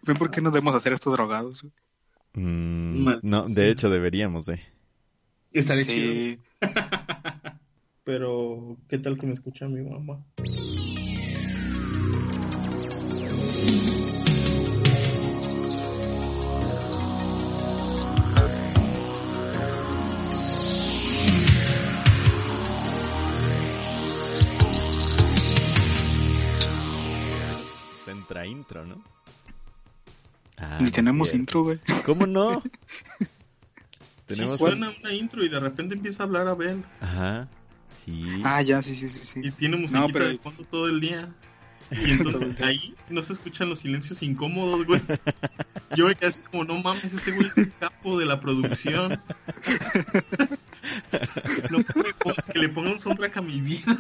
¿Ven por qué no debemos hacer estos drogados? No, de hecho deberíamos de. Estaría chido. Sí. Pero, ¿qué tal que me escucha mi mamá? Centra intro, ¿no? Ni No tenemos es cierto. intro, güey. ¿Cómo no? Sí, Tenemos suena una intro y de repente empieza a hablar Abel. Ajá. Sí. Ah, ya, sí. Y tiene musiquita No, pero- de fondo todo el día. Y entonces ahí no se escuchan los silencios incómodos, güey. Yo me quedé así como, no mames, este güey es el capo de la producción. No que le ponga un soundtrack a mi vida.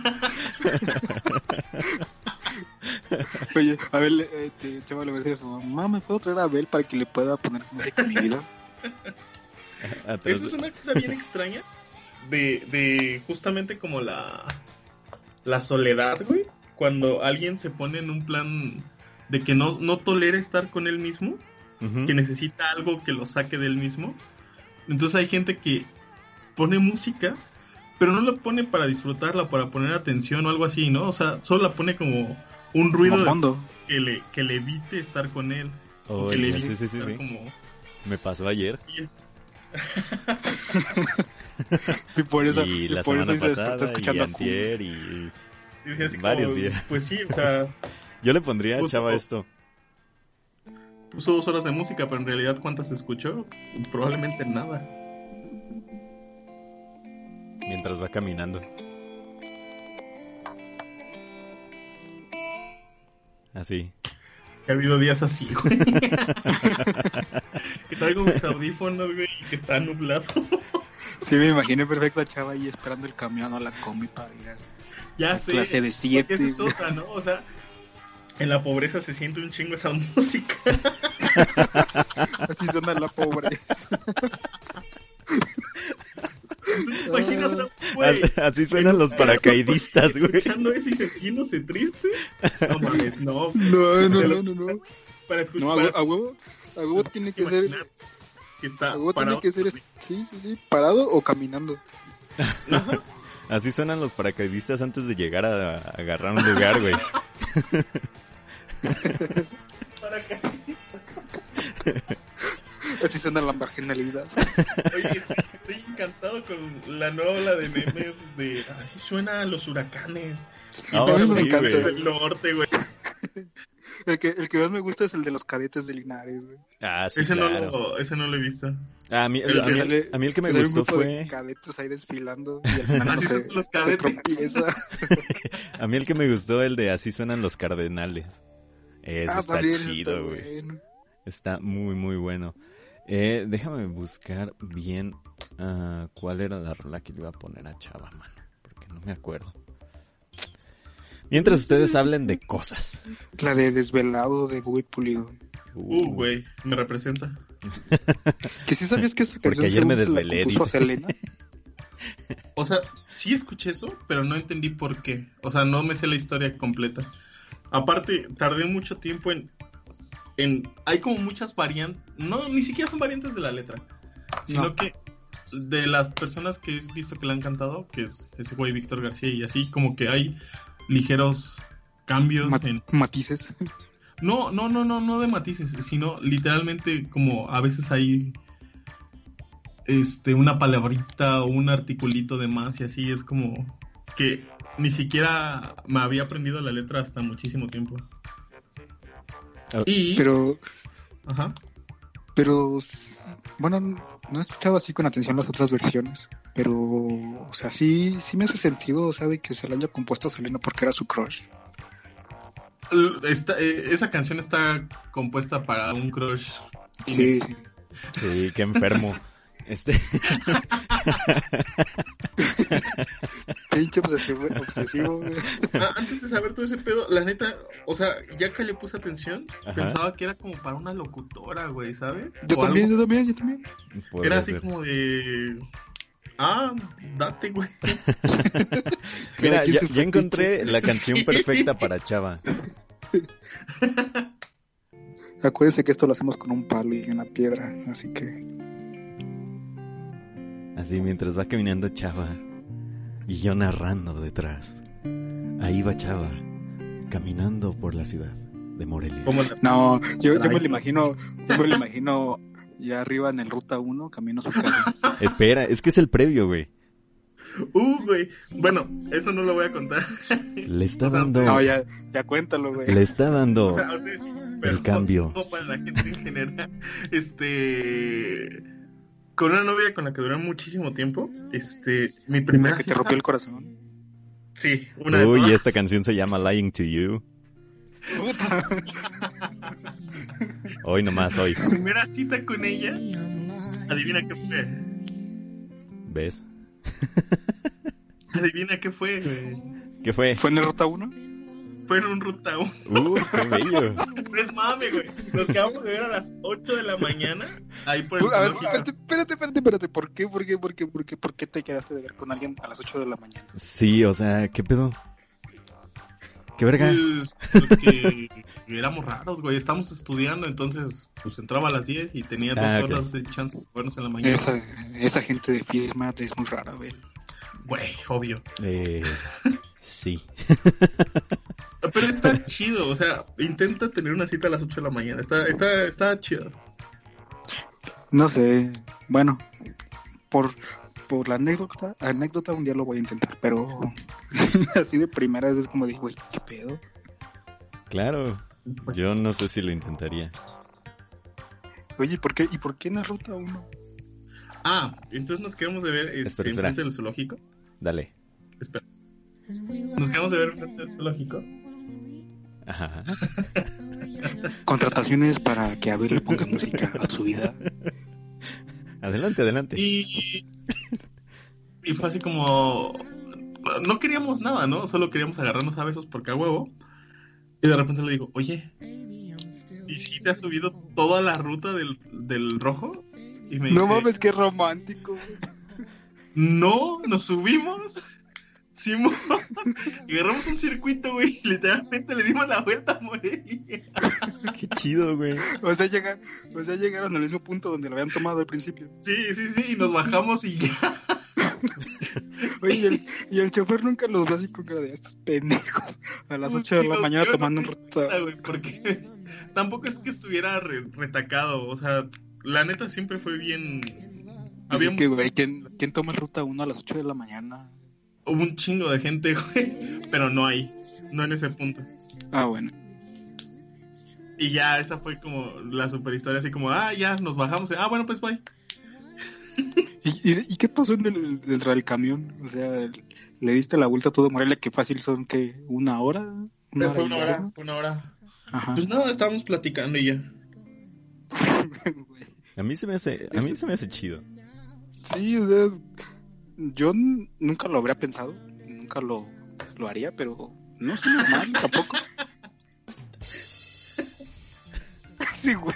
Oye, Abel, Chava le va a decir a su mamá, ¿me puedo traer a Abel para que le pueda poner música a mi vida? Atrás Esa es una cosa bien extraña de justamente como la soledad, güey. Cuando alguien se pone en un plan de que no tolera estar con él mismo, Ujú. que necesita algo que lo saque de él mismo. Entonces hay gente que pone música, pero no la pone para disfrutarla, para poner atención o algo así, ¿no? O sea, solo la pone como un ruido Como fondo. que le evite estar con él. O que Oye, le evite sí. estar como... Me pasó ayer. Y por eso, Y la por eso semana se despertó pasada, y escuchando a Q. antier, y Y dije así varios como, días. pues sí, o sea, Yo le pondría a Justo. Chava esto. puso 2 horas de música, pero en realidad ¿cuántas escuchó? Probablemente nada. Mientras va caminando. Así. Que ha habido días así, güey. Que traigo mis audífonos, güey, y que está nublado. Sí, me imaginé perfecto a Chava ahí esperando el camión o la combi para ir a Ya la sé. clase de Porque 7. esa es otra, ¿no? O sea, en la pobreza se siente un chingo esa música. Así suena la pobreza. ¿Tú te imaginas a un güey Así suenan los paracaidistas, güey. escuchando eso y sintiéndose triste? No mames, no. No. Para escuchar. No, a huevo tiene que ser. Que está A huevo tiene parado. que ser. Sí, parado o caminando. Así suenan los paracaidistas antes de llegar a agarrar un lugar, güey. Así suena la marginalidad. Oye, sí, estoy encantado con la nueva ola de memes de así suenan los huracanes. Y Oh, todos sí, los encanta. huracanes del norte, güey. El que más me gusta es el de los cadetes de Linares, güey. Ah, sí, Ese claro. ese no lo he visto. A mí el que me sale un gustó grupo de fue... cadetes ahí desfilando y al final Así son los se cadetes. tropieza. A mí el que me gustó el de Así suenan los cardenales. Eso está también chido, está güey. bueno. Está muy, muy bueno. Déjame buscar bien cuál era la rola que le iba a poner a Chava, mano. Porque no me acuerdo. Mientras ustedes hablen de cosas. La de Desvelado de Bobby Pulido. Güey, me representa. Que sí sabías que esa Porque canción ayer me según se la desvelé, compuso dice. a Selena. O sea, sí escuché eso, pero no entendí por qué. O sea, no me sé la historia completa. Aparte, tardé mucho tiempo en hay como muchas variantes. No, ni siquiera son variantes de la letra. Sino No. que de las personas que he visto que la han cantado, que es ese güey Víctor García y así, como que hay ligeros cambios en... Matices. No de matices, sino literalmente como a veces hay una palabrita o un articulito de más y así es como que ni siquiera me había aprendido la letra hasta muchísimo tiempo. Y... Pero, Ajá. bueno, no he escuchado así con atención las otras versiones. Pero, o sea, sí me hace sentido, o sea, de que se la haya compuesto a Selena porque era su crush. Esa canción está compuesta para un crush. Sí. Sí, qué enfermo. Pinche obsesivo, güey. Antes de saber todo ese pedo, la neta, o sea, ya que le puse atención, Ajá. pensaba que era como para una locutora, güey, ¿sabes? Yo O algo. también. Podría Era así ser. como de... date, güey. Mira, Cada quien ya su fetiche. encontré la canción perfecta para Chava. Acuérdense que esto lo hacemos con un palo y una piedra, así que... Así mientras va caminando Chava y yo narrando detrás. Ahí va Chava, caminando por la ciudad de Morelia. No, yo me lo imagino ya arriba en el Ruta 1, camino a su casa. Espera, es que es el previo, güey. Güey. Bueno, eso no lo voy a contar. Le está dando... No, ya cuéntalo, güey. Le está dando Pero el cambio. no para la gente en general. Con una novia con la que duré muchísimo tiempo, mi primera que te rompió el corazón. Sí, Uy, esta canción se llama Lying to You. Hoy nomás, hoy. Mi primera cita con ella, adivina qué fue. ¿Ves? Adivina qué fue, güey. ¿Qué fue? ¿Fue en el Ruta 1? Fue en un Ruta 1. Qué bello. Es mame, güey. Nos quedamos de ver a las 8 de la mañana. Ahí por el A ver, zoológico. espérate. ¿Por qué te quedaste de ver con alguien a las 8 de la mañana? Sí, o sea, ¿qué pedo? ¿Qué verga? Pues, porque éramos raros, güey. Estamos estudiando, entonces pues entraba a las 10 y tenía 2 horas de chance de vernos en la mañana. Esa gente de Fiesma es muy rara, güey. Güey, obvio. Sí. Pero está chido, o sea, intenta tener una cita a las 8 de la mañana. Está chido. No sé, bueno, por la anécdota un día lo voy a intentar, pero así de primera vez es como dije, güey, ¿qué pedo? Claro, Pues, yo no sé si lo intentaría. Oye, ¿y por qué en la Ruta 1? Entonces nos quedamos de ver Espera. enfrente del zoológico. Dale. Espera. Nos quedamos de ver enfrente del zoológico. Ajá. Contrataciones para que Abel le ponga música a su vida. Adelante. Y fue así como... No queríamos nada, ¿no? Solo queríamos agarrarnos a besos porque a huevo. Y de repente le digo, oye, ¿y si te has subido toda la ruta del rojo? Y me No dice, mames, qué romántico. no, nos subimos. Simón, y agarramos un circuito, güey, y literalmente le dimos la vuelta a Morelia. Qué chido, güey. O sea, llegaron al mismo punto donde lo habían tomado al principio. Sí, y nos bajamos y ya. Oye, y el chofer nunca los ve así con cara de estos pendejos a las 8 de la mañana tomando un Ruta. Porque tampoco es que estuviera retacado, o sea, la neta siempre fue bien. Pues es que, güey, ¿quién toma el Ruta 1 a las 8 de la mañana? Hubo un chingo de gente, güey, pero no en ese punto. Bueno. Y ya, esa fue como la super historia, así como, ya, nos bajamos, bueno, pues bye. ¿Y qué pasó dentro del camión? O sea, ¿le diste la vuelta a todo Morelia? ¿Qué fácil son? ¿Qué? ¿Una hora? Fue una hora. Ajá. Pues nada, estábamos platicando y ya. A mí se me hace chido. Sí, o sea, yo nunca lo habría pensado, nunca lo haría, pero no es normal tampoco. Sí, güey.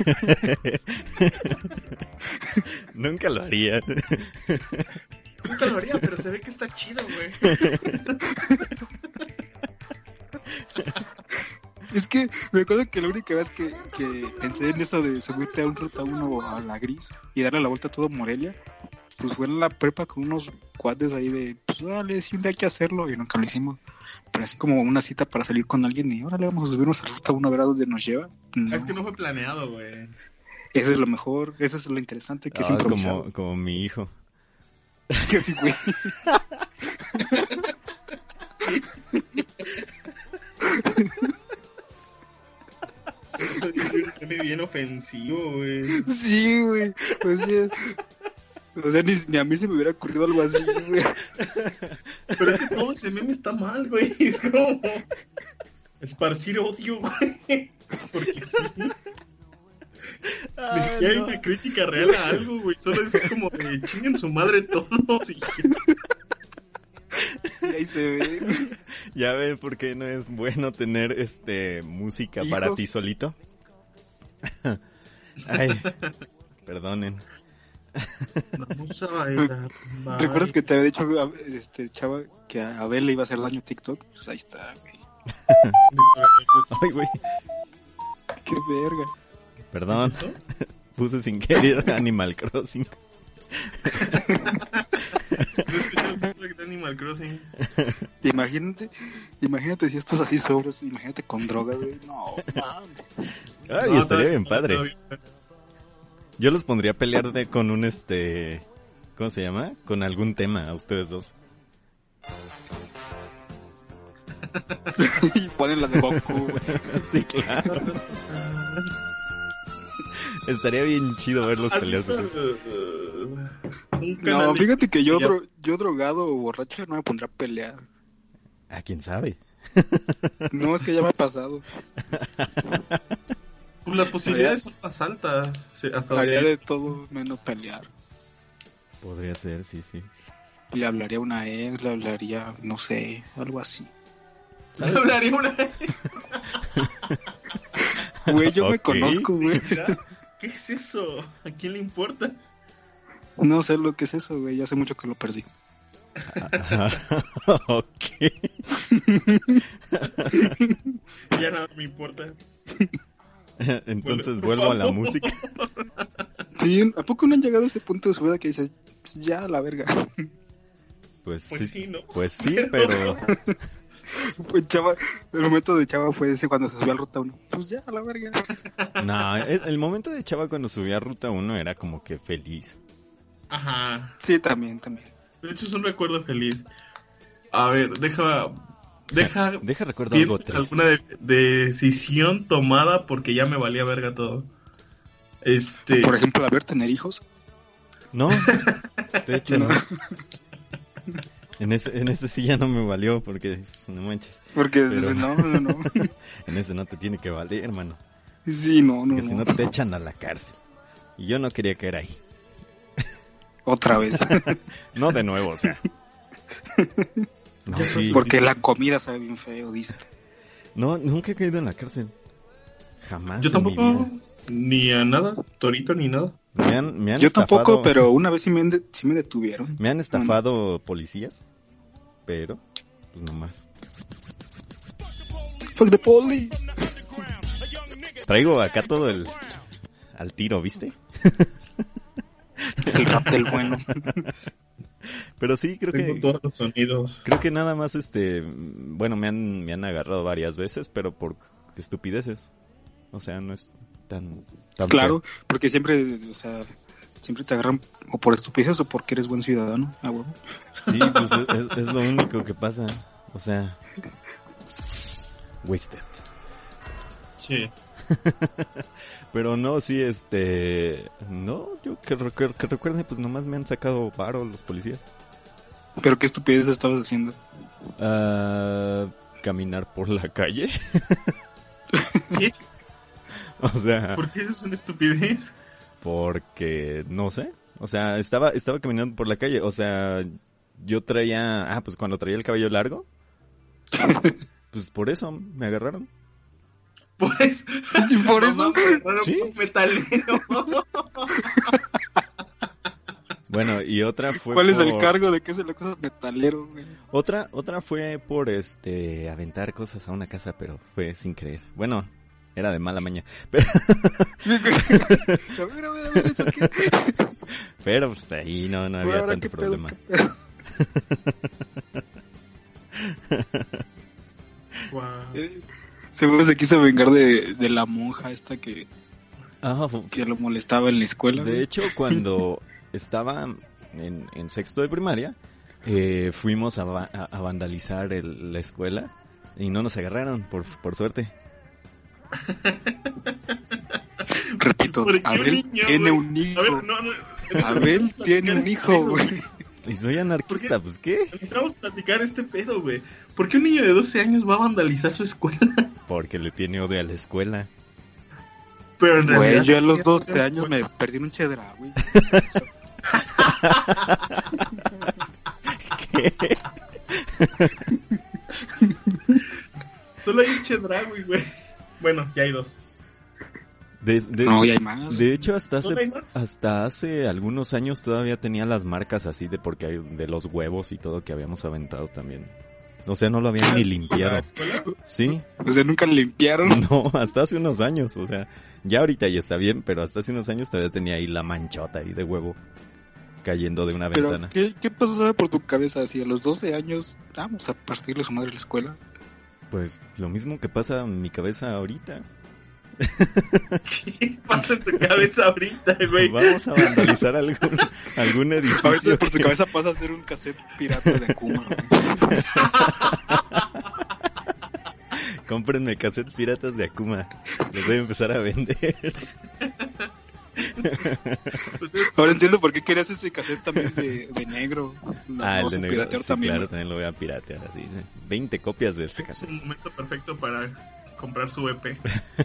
Nunca lo haría. Nunca lo haría, pero se ve que está chido, güey. Es que me acuerdo que la única vez que pensé en eso de subirte a un Ruta 1 o a la Gris y darle la vuelta a todo Morelia, pues fue en la prepa con unos cuates ahí de, pues dale, sí, un día hay que hacerlo, y nunca lo hicimos. Pero así como una cita para salir con alguien y ahora le vamos a subirnos a Ruta 1 a ver a dónde nos lleva. No. Es que no fue planeado, güey. Eso es lo mejor, eso es lo interesante, que es improvisado. Como mi hijo. Que sí, güey. Eso es bien ofensivo, güey. Sí, güey. O sea, ni a mí se me hubiera ocurrido algo así, güey. Pero es que todo ese meme está mal, güey. Es como esparcir odio, güey. Porque sí. Ni siquiera hay una crítica real a algo, güey. Solo es como de chinguen su madre todos y... Y ahí se ve. ¿Ya ven por qué no es bueno tener música ¿Hijos? para ti solito? Ay, perdonen. Vamos a bailar. ¿Recuerdas que te había dicho, Chava, que a Abel le iba a hacer daño TikTok? Pues ahí está, güey. Ay, güey. ¿Qué qué verga. Perdón, ¿Es eso? puse sin querer Animal Crossing. No escuché el soundtrack de Animal Crossing. Imagínate si estos así sobres, imagínate con droga, güey. No, mames. Ay, No, estaría todavía bien no, padre. todavía. Yo los pondría a pelear con un ¿cómo se llama? Con algún tema a ustedes dos. Y ponen las de Goku, güey. Sí, claro. Estaría bien chido verlos ¿Has pelearse. visto, un canal No, de- fíjate que yo, Ya- yo drogado o borracho no me pondré a pelear. ¿A quién sabe? No, es que ya me ha pasado. Pues las posibilidades son más altas. Sí, hasta Haría donde- de todo menos pelear. Podría ser, sí, sí. Le hablaría a una ex, le hablaría, no sé, algo así. ¿Sabes? Hablaría una... Güey, yo me Ok. conozco, güey. Mira, ¿qué es eso? ¿A quién le importa? No sé lo que es eso, güey. Ya hace mucho que lo perdí. Ok. Ya nada me importa. Entonces Bueno, por vuelvo a la favor. música. Sí, ¿a poco no han llegado a ese punto de su vida que dices, pues ya, la verga? Pues, Pues sí, ¿no? Pues sí, pero... Pues Chava, el momento de Chava fue ese cuando se subió al Ruta 1. Pues ya, la verga. No, el momento de Chava cuando subía a Ruta 1 era como que feliz. Ajá. Sí, también. De hecho, es un recuerdo feliz. A ver, deja Deja recuerdo algo pienso en triste. alguna decisión tomada porque ya me valía verga todo. Por ejemplo, a ver, tener hijos. No, de hecho no. En ese sí ya no me valió porque pues, no manches. Porque Pero- no. En ese no te tiene que valer, hermano. Sí, no. Que si no te echan a la cárcel. Y yo no quería caer ahí. Otra vez. No de nuevo, o sea. No, sí. Porque la comida sabe bien feo, dice. No, nunca he caído en la cárcel. Jamás. Yo en mi tampoco, vida. ni a nada, torito ni nada. Me han Yo estafado, tampoco, pero una vez sí me detuvieron. Me han estafado policías. Pero, pues nomás. Fuck the police. Traigo acá todo al tiro, ¿viste? El rap del bueno. Pero sí, creo Tengo que... todos los sonidos. Creo que nada más, bueno, me han agarrado varias veces, pero por estupideces. O sea, no es tan Claro, feo. porque siempre, o sea, siempre te agarran o por estupideces o porque eres buen ciudadano. Ah, huevo. Sí, pues es lo único que pasa. O sea, wasted. Sí. Pero no, sí, no, yo que recuerde, pues nomás me han sacado paro los policías. Pero qué estupidez estabas haciendo. Caminar por la calle. ¿Qué? O sea, ¿Por qué eso es una estupidez? porque no sé. O sea, estaba caminando por la calle. O sea, yo traía, pues cuando traía el cabello largo, pues por eso me agarraron. Pues. Y por eso. Sí. Metalero. Bueno, y otra fue ¿Cuál es el por- cargo de que es la cosa metalero, güey? Otra fue por aventar cosas a una casa, pero fue sin querer. Bueno, era de mala maña. Pero, A ver, ¿eso qué? pero pues ahí no Güey, había ahora tanto qué pedo, problema. qué pedo. Wow. Seguro se quiso vengar de la monja esta que Ah, lo molestaba en la escuela. de güey. hecho, cuando estaba en sexto de primaria, fuimos a vandalizar la escuela y no nos agarraron, por suerte. Repito, ¿Por qué un Abel niño, tiene güey? un A hijo. ver, no. Abel tiene un hijo, güey. Y soy anarquista, pues ¿qué? Necesitamos platicar este pedo, güey. ¿Por qué un niño de 12 años va a vandalizar su escuela? Porque le tiene odio a la escuela. Pero en realidad. Güey, yo a los 12 años me perdí en un chedra, güey. ¿Qué? Solo hay un chedragui, güey. Bueno, ya hay dos. No, ya hay más. De hecho, hasta ¿No hay más? hace algunos años todavía tenía las marcas así de los huevos y todo que habíamos aventado también. O sea, no lo habían ni ¿A la limpiado. escuela? Sí, O sea, nunca limpiaron. no, hasta hace unos años, o sea, ya ahorita ya está bien, pero hasta hace unos años todavía tenía ahí la manchota ahí de huevo cayendo de una Pero, ventana. ¿qué pasaba por tu cabeza? Así, a los 12 años, vamos a partirle su madre a la escuela. Pues lo mismo que pasa en mi cabeza ahorita. ¿Qué pasa en tu cabeza ahorita, güey? Vamos a vandalizar algún edificio. Ahorita por tu que- cabeza pasa a hacer un cassette pirata de Akuma. güey. Cómprenme cassettes piratas de Akuma. Los voy a empezar a vender. Pues Ahora entiendo por qué querías ese cassette también de negro. El Vamos de a negro. piratear Sí, también. claro, también lo voy a piratear así. 20 copias de ese es cassette. un momento perfecto para comprar su EP.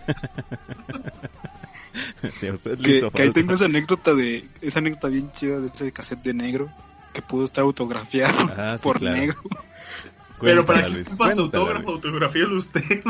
Si a usted le Que hizo ahí falta. tengo esa anécdota bien chida de ese cassette de negro que pudo estar autografiado Ah, sí, por claro. negro. Pero para Cuéntala, qué Luis, ocupa su cuéntala, autógrafo, Luis. autografíalo usted.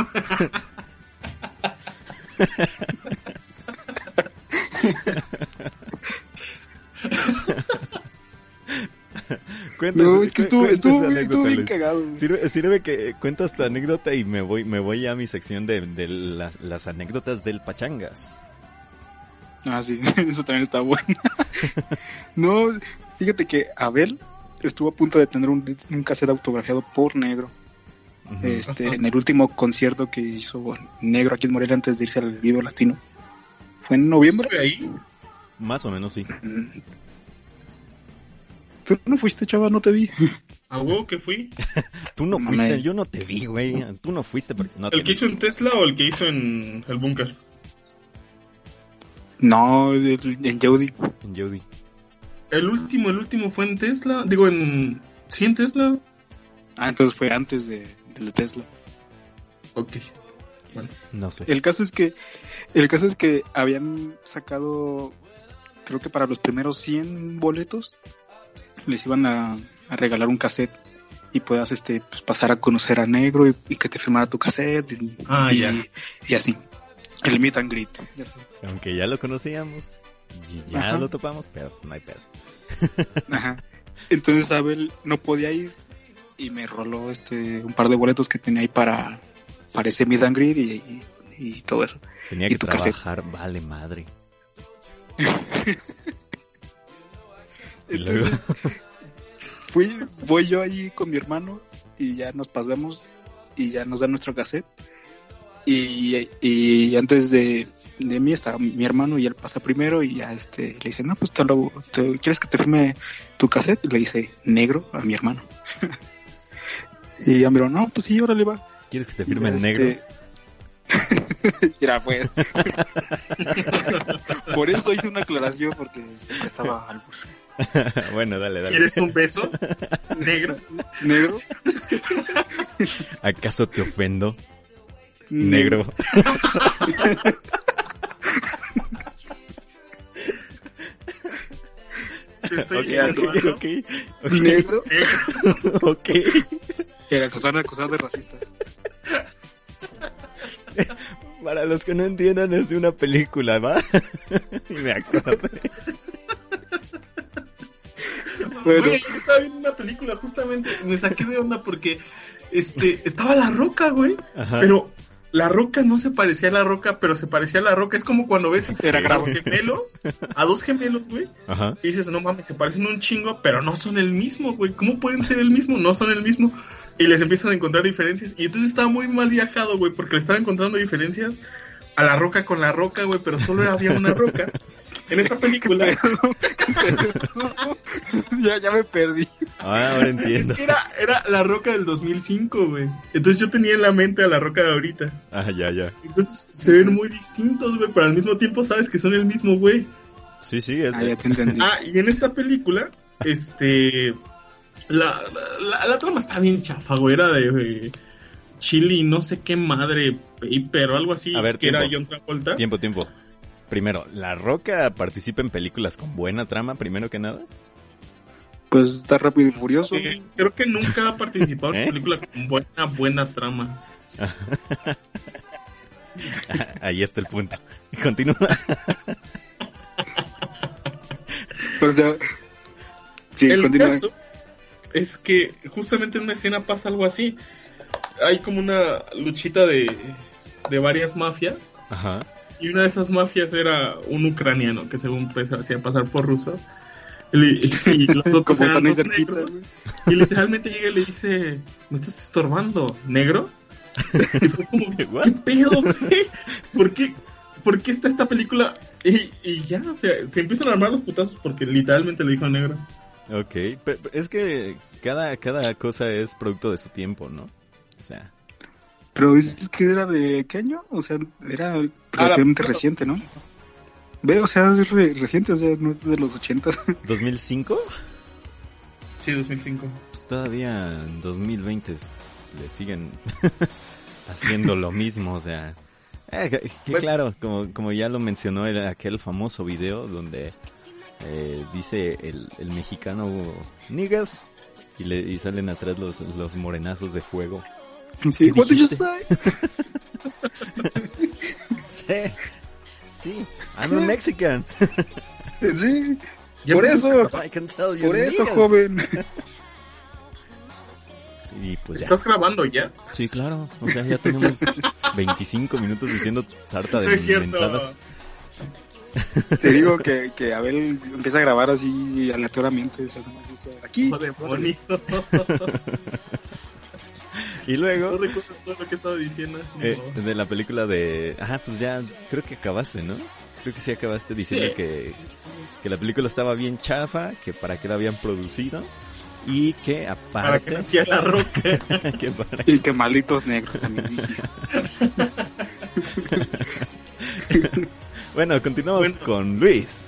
Cuenta No, esa- es que cuenta esa estuvo anécdota, bien Luis. cagado. güey. Sirve que cuentas tu anécdota y me voy a mi sección de las anécdotas del Pachangas. Ah, sí, eso también está bueno. No, fíjate que Abel estuvo a punto de tener un cassette autografiado por negro. Ujú. Ajá. En el último concierto que hizo negro aquí en Morelia antes de irse al Vivo Latino. Fue en noviembre. Estuve ahí. Más o menos sí. Mm. Tú no fuiste, chava, no te vi. ¿A huevo que fui? Tú no Mames. fuiste, yo no te vi, güey. Tú no fuiste porque no te ¿El que vi. hizo en Tesla o el que hizo en el búnker? No, en Jody. En Jody. El último fue en Tesla. Sí, en Tesla. Ah, entonces fue antes de la Tesla. Ok. Bueno. No sé. El caso es que habían sacado, creo que para los primeros 100 boletos les iban a regalar un cassette y puedas pues, pasar a conocer a Negro y que te firmara tu cassette Ya. y así. El meet and greet. Aunque ya lo conocíamos y ya Ajá. lo topamos, pero no hay pedo. Ajá. Entonces Abel no podía ir y me roló un par de boletos que tenía ahí para ese meet and greet y todo eso. Tenía ¿Y que tu cassette? trabajar, vale madre. Y luego, Entonces voy yo ahí con mi hermano y ya nos pasamos y ya nos dan nuestro cassette y antes de mí estaba mi hermano y él pasa primero y ya le dice, no, pues ¿quieres que te firme tu cassette? Y le dice negro a mi hermano. Y ya me dijo, no, pues sí, órale va. ¿quieres que te firme Y en negro? Mira, pues. Por eso hice una aclaración porque siempre estaba al Bueno, dale. ¿Quieres un beso? Negro. negro. ¿Acaso te ofendo? Negro. Te estoy Ok, llamando. ok. Negro. Ok. Que acusaron de racista. Para los que no entiendan, es de una película, ¿va? Y me acordé. Bueno, Güey, yo estaba viendo una película justamente, me saqué de onda porque estaba La Roca, güey, Ajá. pero La Roca no se parecía a La Roca, pero se parecía a La Roca. Es como cuando ves Era grave. a dos gemelos, güey, Ajá. y dices, no mames, se parecen un chingo, pero no son el mismo, güey. ¿Cómo pueden ser el mismo? No son el mismo. Y les empiezan a encontrar diferencias. Y entonces estaba muy mal viajado, güey, porque le estaba encontrando diferencias a La Roca con La Roca, güey, pero solo había una roca. En esta película ya me perdí. Ahora entiendo. es que era La Roca del 2005, güey. Entonces yo tenía en la mente a La Roca de ahorita. Ah, ya. Entonces se ven muy distintos, güey, pero al mismo tiempo sabes que son el mismo, güey. Sí, es. Ah, ya te entendí. Ah, y en esta película, la trama está bien chafa, güey. Era de Chili, no sé qué madre, Paper o algo así, A ver, que era tiempo. John Travolta. Tiempo. Primero, ¿La Roca participa en películas con buena trama, primero que nada? Pues está Rápido y Furioso. Creo que nunca ha participado en ¿Eh? película con buena trama. Ahí está el punto. Continúa. O sea, sí, El continúa. caso es que justamente en una escena pasa algo así. Hay como una luchita de varias mafias. Ajá. Y una de esas mafias era un ucraniano que según pues hacía pasar por ruso. Y los otros Como eran están ahí los cerquita, negros. güey. Y literalmente llega y le dice, ¿me estás estorbando, negro? Y fue como, ¿What? ¿qué pedo, güey? ¿Por qué está esta película? Y ya, o sea, se empiezan a armar los putazos porque literalmente le dijo negro. Ok, pero es que cada cosa es producto de su tiempo, ¿no? O sea, Pero dices que era de ¿qué año? O sea, era relativamente reciente, ¿no? Ve, o sea, es reciente, o sea, no es de los 80. ¿2005? Sí, 2005. Pues todavía en 2020 le siguen haciendo lo mismo, o sea... que Pues- claro, como ya lo mencionó aquel famoso video donde dice el mexicano niggas y salen atrás los morenazos de fuego. Sí, ¿Qué what did you dijiste? say? Sí, I'm a Mexican. Sí, Ya por empezó eso, a grabar. I can tell you por eso, niggas. joven. Y pues ya. ¿Estás grabando ya? Sí, claro. O sea, ya tenemos 25 minutos diciendo sarta de No es cierto. mensadas. Te digo que Abel empieza a grabar así aleatoriamente. O sea, nomás dice, aquí. Joder, bonito. Y luego, No recuerdo todo lo que estaba diciendo. No. de la película de... Ajá, pues ya creo que acabaste, ¿no? Creo que sí acabaste diciendo Sí. que la película estaba bien chafa, que para qué la habían producido y que Para que aparte... hacía la roca. que para- Y que malditos negros también dijiste. Bueno, continuamos Bueno. con Luis.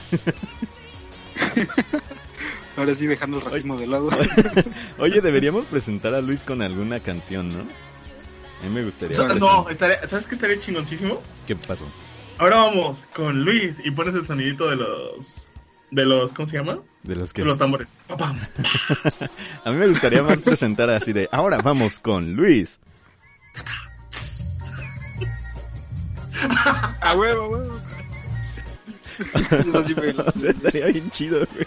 Ahora sí, dejando el racismo de lado. Oye, deberíamos presentar a Luis con alguna canción, ¿no? A mí me gustaría. No, ¿sabes qué estaría chingoncísimo? ¿Qué pasó? Ahora vamos con Luis y pones el sonidito de los ¿cómo se llama? De los que... De los tambores. ¡Papam! A mí me gustaría más presentar así de... Ahora vamos con Luis. A huevo, a huevo. Eso sí fue O sea, estaría bien chido, güey.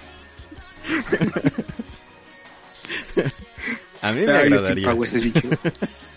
A mí me Ay, agradaría. Power, ese es bien chido.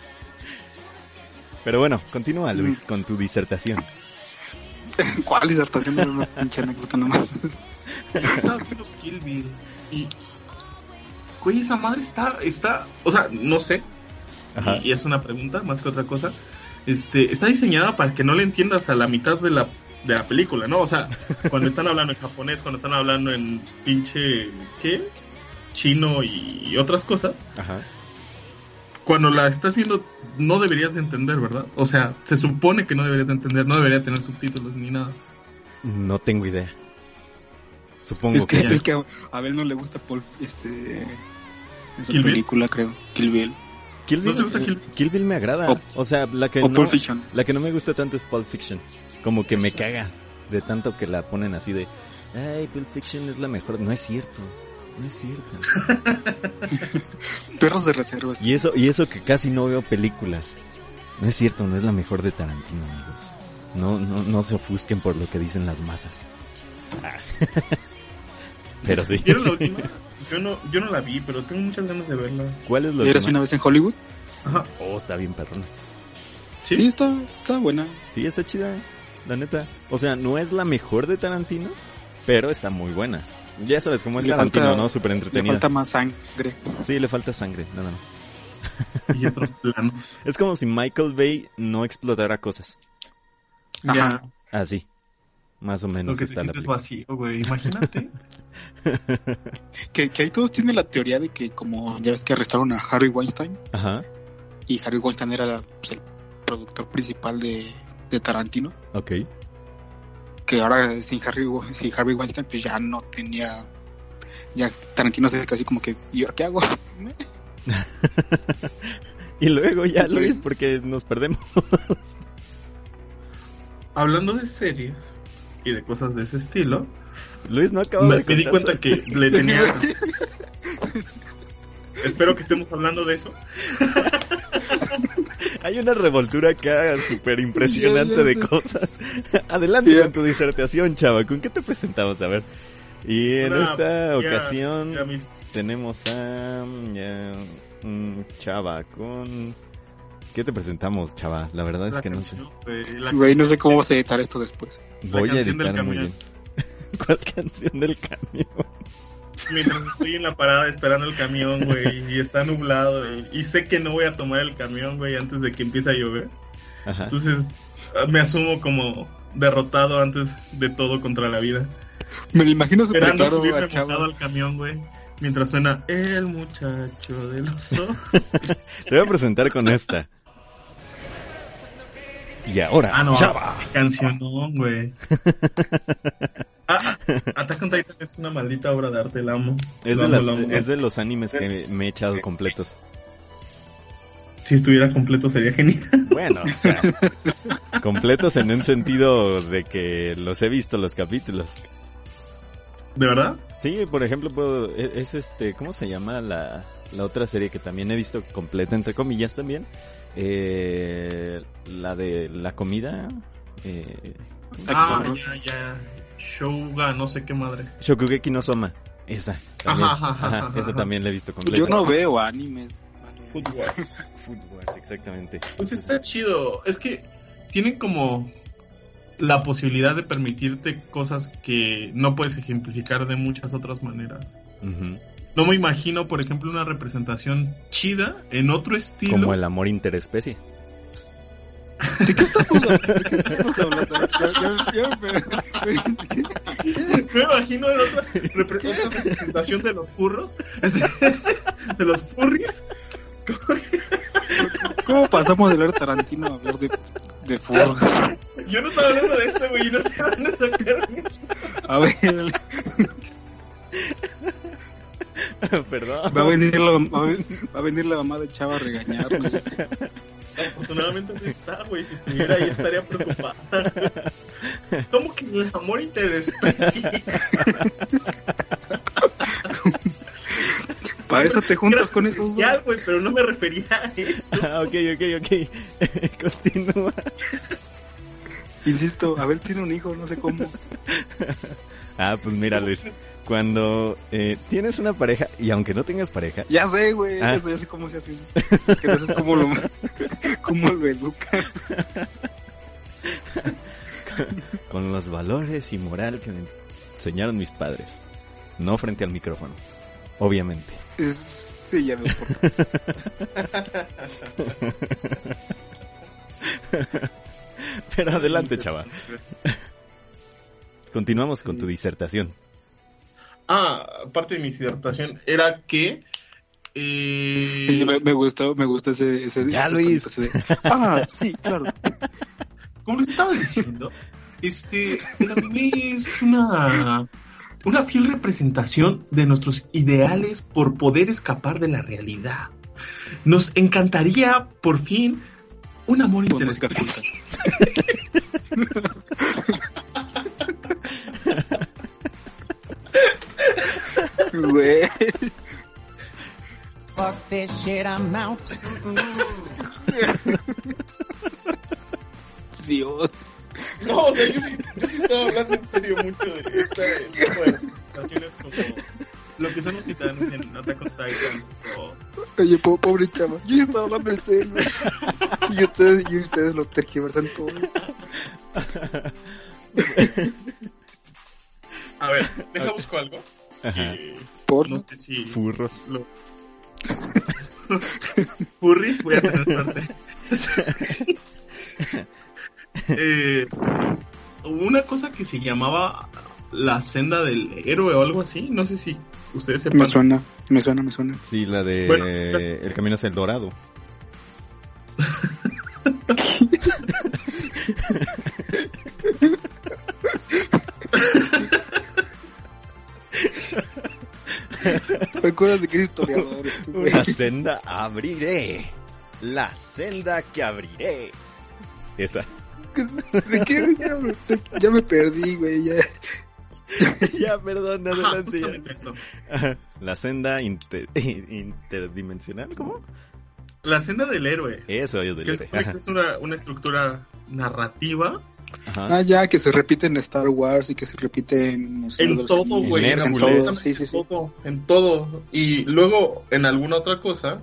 Pero bueno, continúa, Luis, con tu disertación. ¿Cuál disertación? Era una pinche anécdota nomás. Estaba viendo Kill Bill y güey, esa madre está, o sea, no sé. Ajá. Y es una pregunta más que otra cosa. Está diseñada para que no le entiendas a la mitad de la película, ¿no? O sea, cuando están hablando en japonés, cuando están hablando en pinche ¿qué? Chino y otras cosas. Ajá. Cuando la estás viendo no deberías de entender, ¿verdad? O sea, se supone que no deberías de entender, no debería tener subtítulos ni nada. No tengo idea. Supongo que ya. Es que a Abel no le gusta esa ¿Kill Bill? película, creo. Kill Bill. Kill ¿No Bill, te gusta Kill Bill? Kill Bill me agrada. O sea, la que O no, Pulp Fiction. la que no me gusta tanto es Pulp Fiction. Como que me caga de tanto que la ponen así de, ay, Pulp Fiction es la mejor. No es cierto. No es cierto. Perros de reserva. Y eso que casi no veo películas. No es cierto, no es la mejor de Tarantino, amigos. No se ofusquen por lo que dicen las masas. Pero sí. ¿Vieron la última? Yo no la vi, pero tengo muchas ganas de verla. ¿Cuál es la ¿Eres última? una vez en Hollywood? Ajá. Oh, está bien perrona. ¿Sí? Está buena. Sí, está chida, la neta. O sea, no es la mejor de Tarantino, pero está muy buena. Ya sabes cómo es Le Tarantino, falta- ¿no? Súper Le entretenida. falta más sangre. Sí, le falta sangre, nada más. Y otros planos. Es como si Michael Bay no explotara cosas. Ajá. Ya. Así. Más o Lo menos que te está la sientes película. vacío, güey. Imagínate. Que ahí todos tienen la teoría de que como ya ves que arrestaron a Harvey Weinstein Ajá, y Harvey Weinstein era pues, el productor principal de Tarantino, ok. que ahora sin Harvey Weinstein pues ya no tenía, ya Tarantino se quedó así como que, ¿y ahora qué hago? Y luego ya, Luis, porque nos perdemos. Hablando de series y de cosas de ese estilo, Luis no acaba me de di contar cuenta su- que le tenía... Espero que estemos hablando de eso. Hay una revoltura acá súper impresionante Ya de sé. cosas. Adelante Ya. con tu disertación, chava. ¿Con qué te presentamos? A ver. Y en Una- esta ya- ocasión... ya mis tenemos a Chava con... ¿Qué te presentamos, Chava? La verdad es que no sé. Güey, no sé cómo vas a editar esto después. Voy a editar muy bien. ¿Cuál canción del camión? Mientras estoy en la parada esperando el camión, güey, y está nublado, y sé que no voy a tomar el camión, güey, antes de que empiece a llover. Ajá. Entonces me asumo como derrotado antes de todo contra la vida. Me lo imagino súper Esperando claro subirme a Chava. mojado al camión, güey, mientras suena el muchacho de los ojos. Te voy a presentar con esta. Y ahora, Chava. Cancionón, güey. Attack on Titan es una maldita obra de arte, la amo. Es de los animes que me he echado completos. Si estuviera completo sería genial. Bueno, o sea, completos en un sentido de que los he visto los capítulos. ¿De verdad? Sí, por ejemplo, ¿cómo se llama la otra serie que también he visto completa, entre comillas también? La de la comida. Ya. Shouga, no sé qué madre. Shokugeki no Soma. Esa. También. Ajá. Esa también la he visto completa. Yo no veo animes. Food Wars. Food Wars, exactamente. Pues está chido. Es que tienen como la posibilidad de permitirte cosas que no puedes ejemplificar de muchas otras maneras. Uh-huh. No me imagino, por ejemplo, una representación chida en otro estilo. Como el amor interespecie. ¿De qué estamos hablando? Me imagino en otra representación de los furros. De los furries. ¿Cómo pasamos de leer Tarantino a hablar de furros? Yo no estaba hablando de esto, güey. No sé dónde sacaron eso. A ver... Perdón. Va a venir la mamá de Chava a regañarnos. Afortunadamente no está, güey. Si estuviera ahí estaría preocupada. ¿Cómo que el amor interespecie? Para eso te juntas con esos. Ya, pues, pero no me refería a eso. Ok. Continúa. Insisto, Abel tiene un hijo, no sé cómo. Pues mira, Luis. Cuando tienes una pareja, y aunque no tengas pareja... Ya sé, güey, eso ya sé cómo se hace. Que no sé cómo lo educas. Con los valores y moral que me enseñaron mis padres. No frente al micrófono, obviamente. Sí, ya me importa. Pero adelante, Chava. Continuamos con tu disertación. Parte de mi disertación era que me gustó ese ya, Luis. Sí, claro. Como les estaba diciendo, el anime es una fiel representación de nuestros ideales por poder escapar de la realidad. Nos encantaría por fin un amor interespecie. Güey. Fuck this shit, I'm out. Dios. No, o sea, yo sí estaba hablando en serio mucho de esta tipo de representaciones como lo que son los titanes en Attack on Titan. Oye, pobre Chava, yo ya estaba hablando en serio. Y ustedes lo tergiversan todo. A ver, deja busco algo. No sé si... Furros. Furries, voy a tener suerte. Una cosa que se llamaba la senda del héroe o algo así, no sé si ustedes sepan. Me suena. Sí, la de El Camino hacia el Dorado. Acuérdate que es historiador. Una senda abriré. La senda que abriré. Esa. ¿De qué diablo? Ya me perdí, güey. Ya, perdón, adelante. Ya. La senda interdimensional, ¿cómo? La senda del héroe. Eso es del héroe. Es una estructura narrativa Ajá. Ah, ya, que se repite en Star Wars y que se repite en... En todo, güey. en En Hércules. todo, sí. En todo. Y luego, en alguna otra cosa,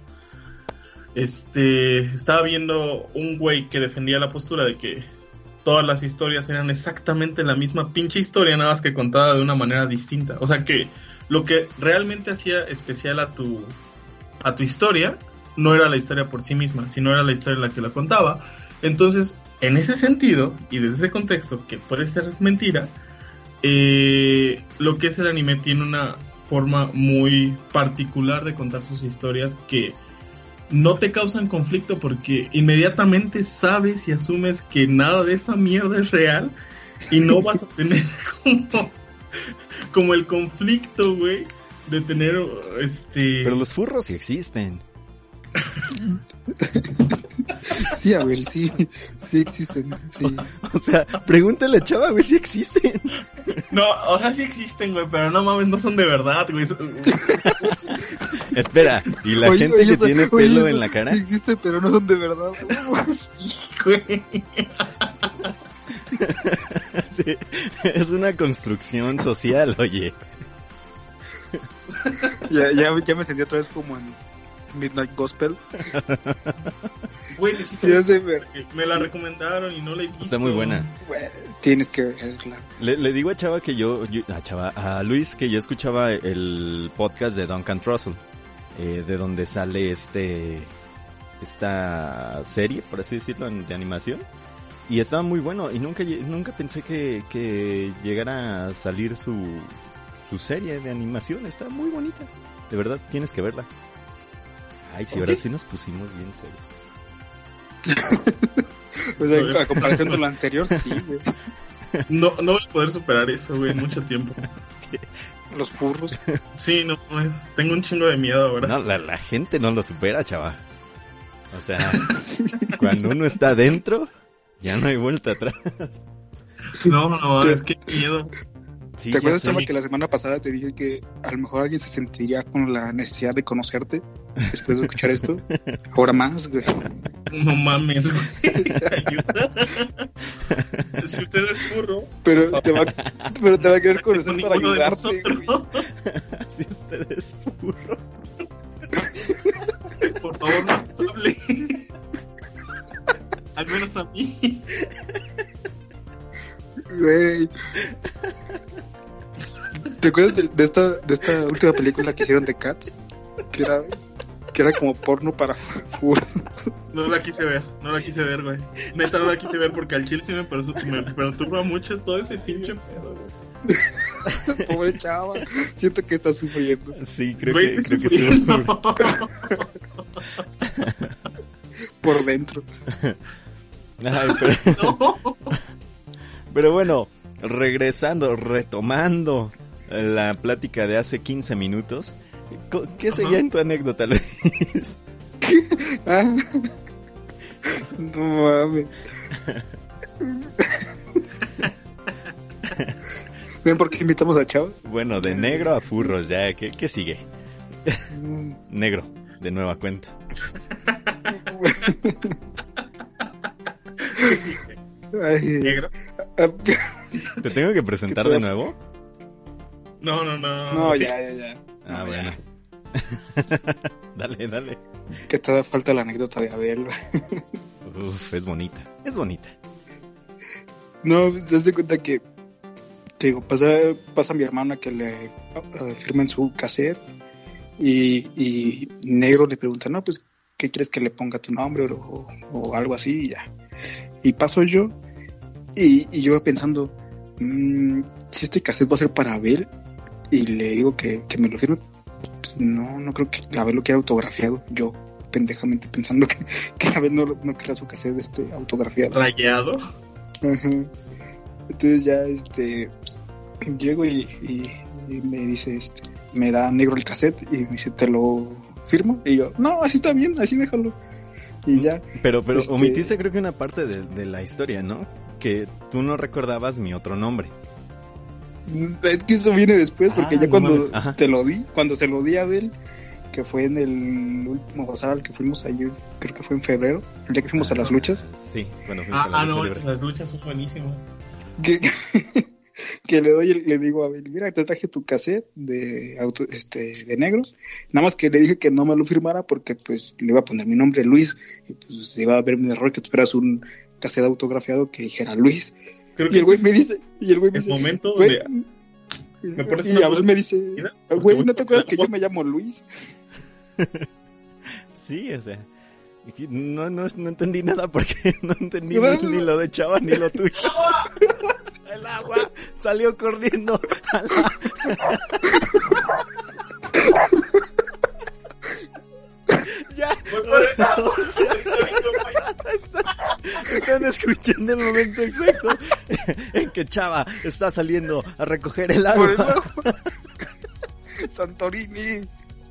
estaba viendo un güey que defendía la postura de que todas las historias eran exactamente la misma pinche historia, nada más que contada de una manera distinta. O sea que lo que realmente hacía especial a tu historia no era la historia por sí misma, sino era la historia en la que la contaba. Entonces, en ese sentido, y desde ese contexto, que puede ser mentira, lo que es el anime tiene una forma muy particular de contar sus historias que no te causan conflicto porque inmediatamente sabes y asumes que nada de esa mierda es real y no vas a tener como el conflicto, güey, de tener Pero los furros sí existen. Sí, a ver, sí existen, sí. O sea, pregúntale a Chava, güey, si existen. No, o sea, sí existen, güey, pero no mames, no son de verdad, güey. Espera, ¿y la gente que tiene pelo en la cara? Sí existen, pero no son de verdad. Sí, güey. Sí, es una construcción social, oye. Ya me sentí otra vez como en Midnight Gospel. Güey, Sí, hace ver. me la recomendaron y no la he visto. Está muy buena. Bueno, tienes que verla. Le digo a Chava que a Luis que yo escuchaba el podcast de Duncan Trussell, de donde sale esta serie, por así decirlo, de animación, y estaba muy bueno y nunca pensé que llegara a salir su serie de animación. Está muy bonita, de verdad, tienes que verla. Ay, sí, verdad, sí nos pusimos bien serios. O sea, a comparación de lo anterior, sí, güey. No voy a poder superar eso, güey, en mucho tiempo. Los furros. Sí, no, tengo un chingo de miedo ahora. No, la gente no lo supera, Chava. O sea, cuando uno está adentro, ya no hay vuelta atrás. No, es que miedo. Sí, ¿Te acuerdas, ya sé. Chava, que la semana pasada te dije que a lo mejor alguien se sentiría con la necesidad de conocerte después de escuchar esto? Ahora más, güey. No mames, güey. Ayuda. Si usted es furro, Pero te va a querer conocer con para ninguno de ayudarte, güey. nosotros, Si usted es furro. por favor, no nos hable. Al menos a mí. Güey. ¿Te acuerdas de esta última película que hicieron de Cats? Que era como porno para furros. No la quise ver, güey. Neta, no la quise ver porque al chile sí me perturba mucho todo ese pinche pedo, güey. Pobre Chava. Siento que está sufriendo. Sí, creo Güey, que estoy sí. sufriendo. Por dentro. Ay, No. pero bueno, retomando la plática de hace 15 minutos, ¿qué seguía en tu anécdota, Luis? Ah. No mames. ¿Ven por qué invitamos a Chava? Bueno, de negro a furros, ya, ¿qué sigue? Negro, de nueva cuenta. Ay, ¿Negro? ¿Te tengo que presentar de nuevo? No. No, Sí. ya. Ah, No, bueno. ya. Dale. Que te da falta la anécdota de Abel. Uf, es bonita. No, se hace cuenta que, te digo, pasa mi hermana que le firmen su cassette y Negro le pregunta, no, pues, ¿qué quieres que le ponga tu nombre o algo así? Y ya. Y paso yo y yo iba pensando, si este cassette va a ser para Abel y le digo que me lo firme, pues no creo que Abel lo quiera autografiado. Yo pendejamente pensando que Abel no quiera su cassette autografiado. Rayado. Ajá. Entonces ya llego y me dice me da Negro el cassette y me dice, ¿te lo firmo? Y yo, no, así está bien, así déjalo. Y ya. Pero omitiste creo que una parte de la historia, ¿no? Que tú no recordabas mi otro nombre. Es que eso viene después, porque ya no cuando mames. Ajá. cuando se lo di a Abel, que fue en el último bazar al que fuimos ayer, creo que fue en febrero, el día que fuimos a las luchas. Sí, bueno, fuimos a la lucha libre. Las luchas son buenísimas. Que le digo a Abel, mira, te traje tu cassette de negro, nada más que le dije que no me lo firmara porque pues le iba a poner mi nombre Luis, y pues iba a haber un error que tuvieras un cassette autografiado que dijera Luis. Creo Y que el güey me dice, momento güey, donde me pones y una Abel me dice, güey, ¿no te acuerdas que yo me llamo Luis? Sí, o sea, no entendí nada porque no entendí ni lo de Chava ni lo tuyo. El agua salió corriendo a la... Ya, o sea, están escuchando el momento exacto en que Chava está saliendo a recoger el agua. Por el agua. Santorini.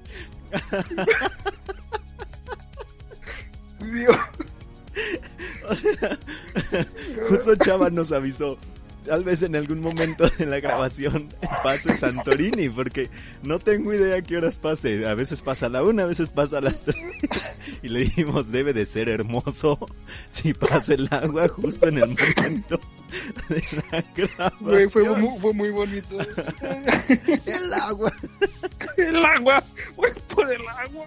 Dios. O sea, justo Chava nos avisó. Tal vez en algún momento de la grabación pase Santorini, porque no tengo idea a qué horas pase. A veces pasa a la 1, a veces pasa a las 3. Y le dijimos, debe de ser hermoso si pasa el agua justo en el momento de la grabación. Güey, fue muy bonito. El agua. El agua. Voy por el agua.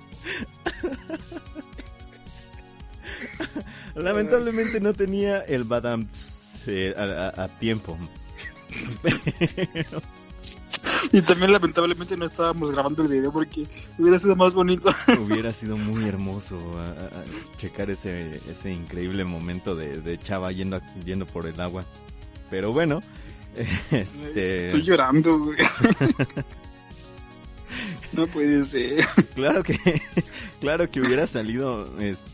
Lamentablemente no tenía el badams a tiempo. Pero... Y también lamentablemente no estábamos grabando el video porque hubiera sido más bonito. Hubiera sido muy hermoso checar ese increíble momento de Chava yendo por el agua. Pero bueno, estoy llorando, güey. No puede ser. Claro que hubiera salido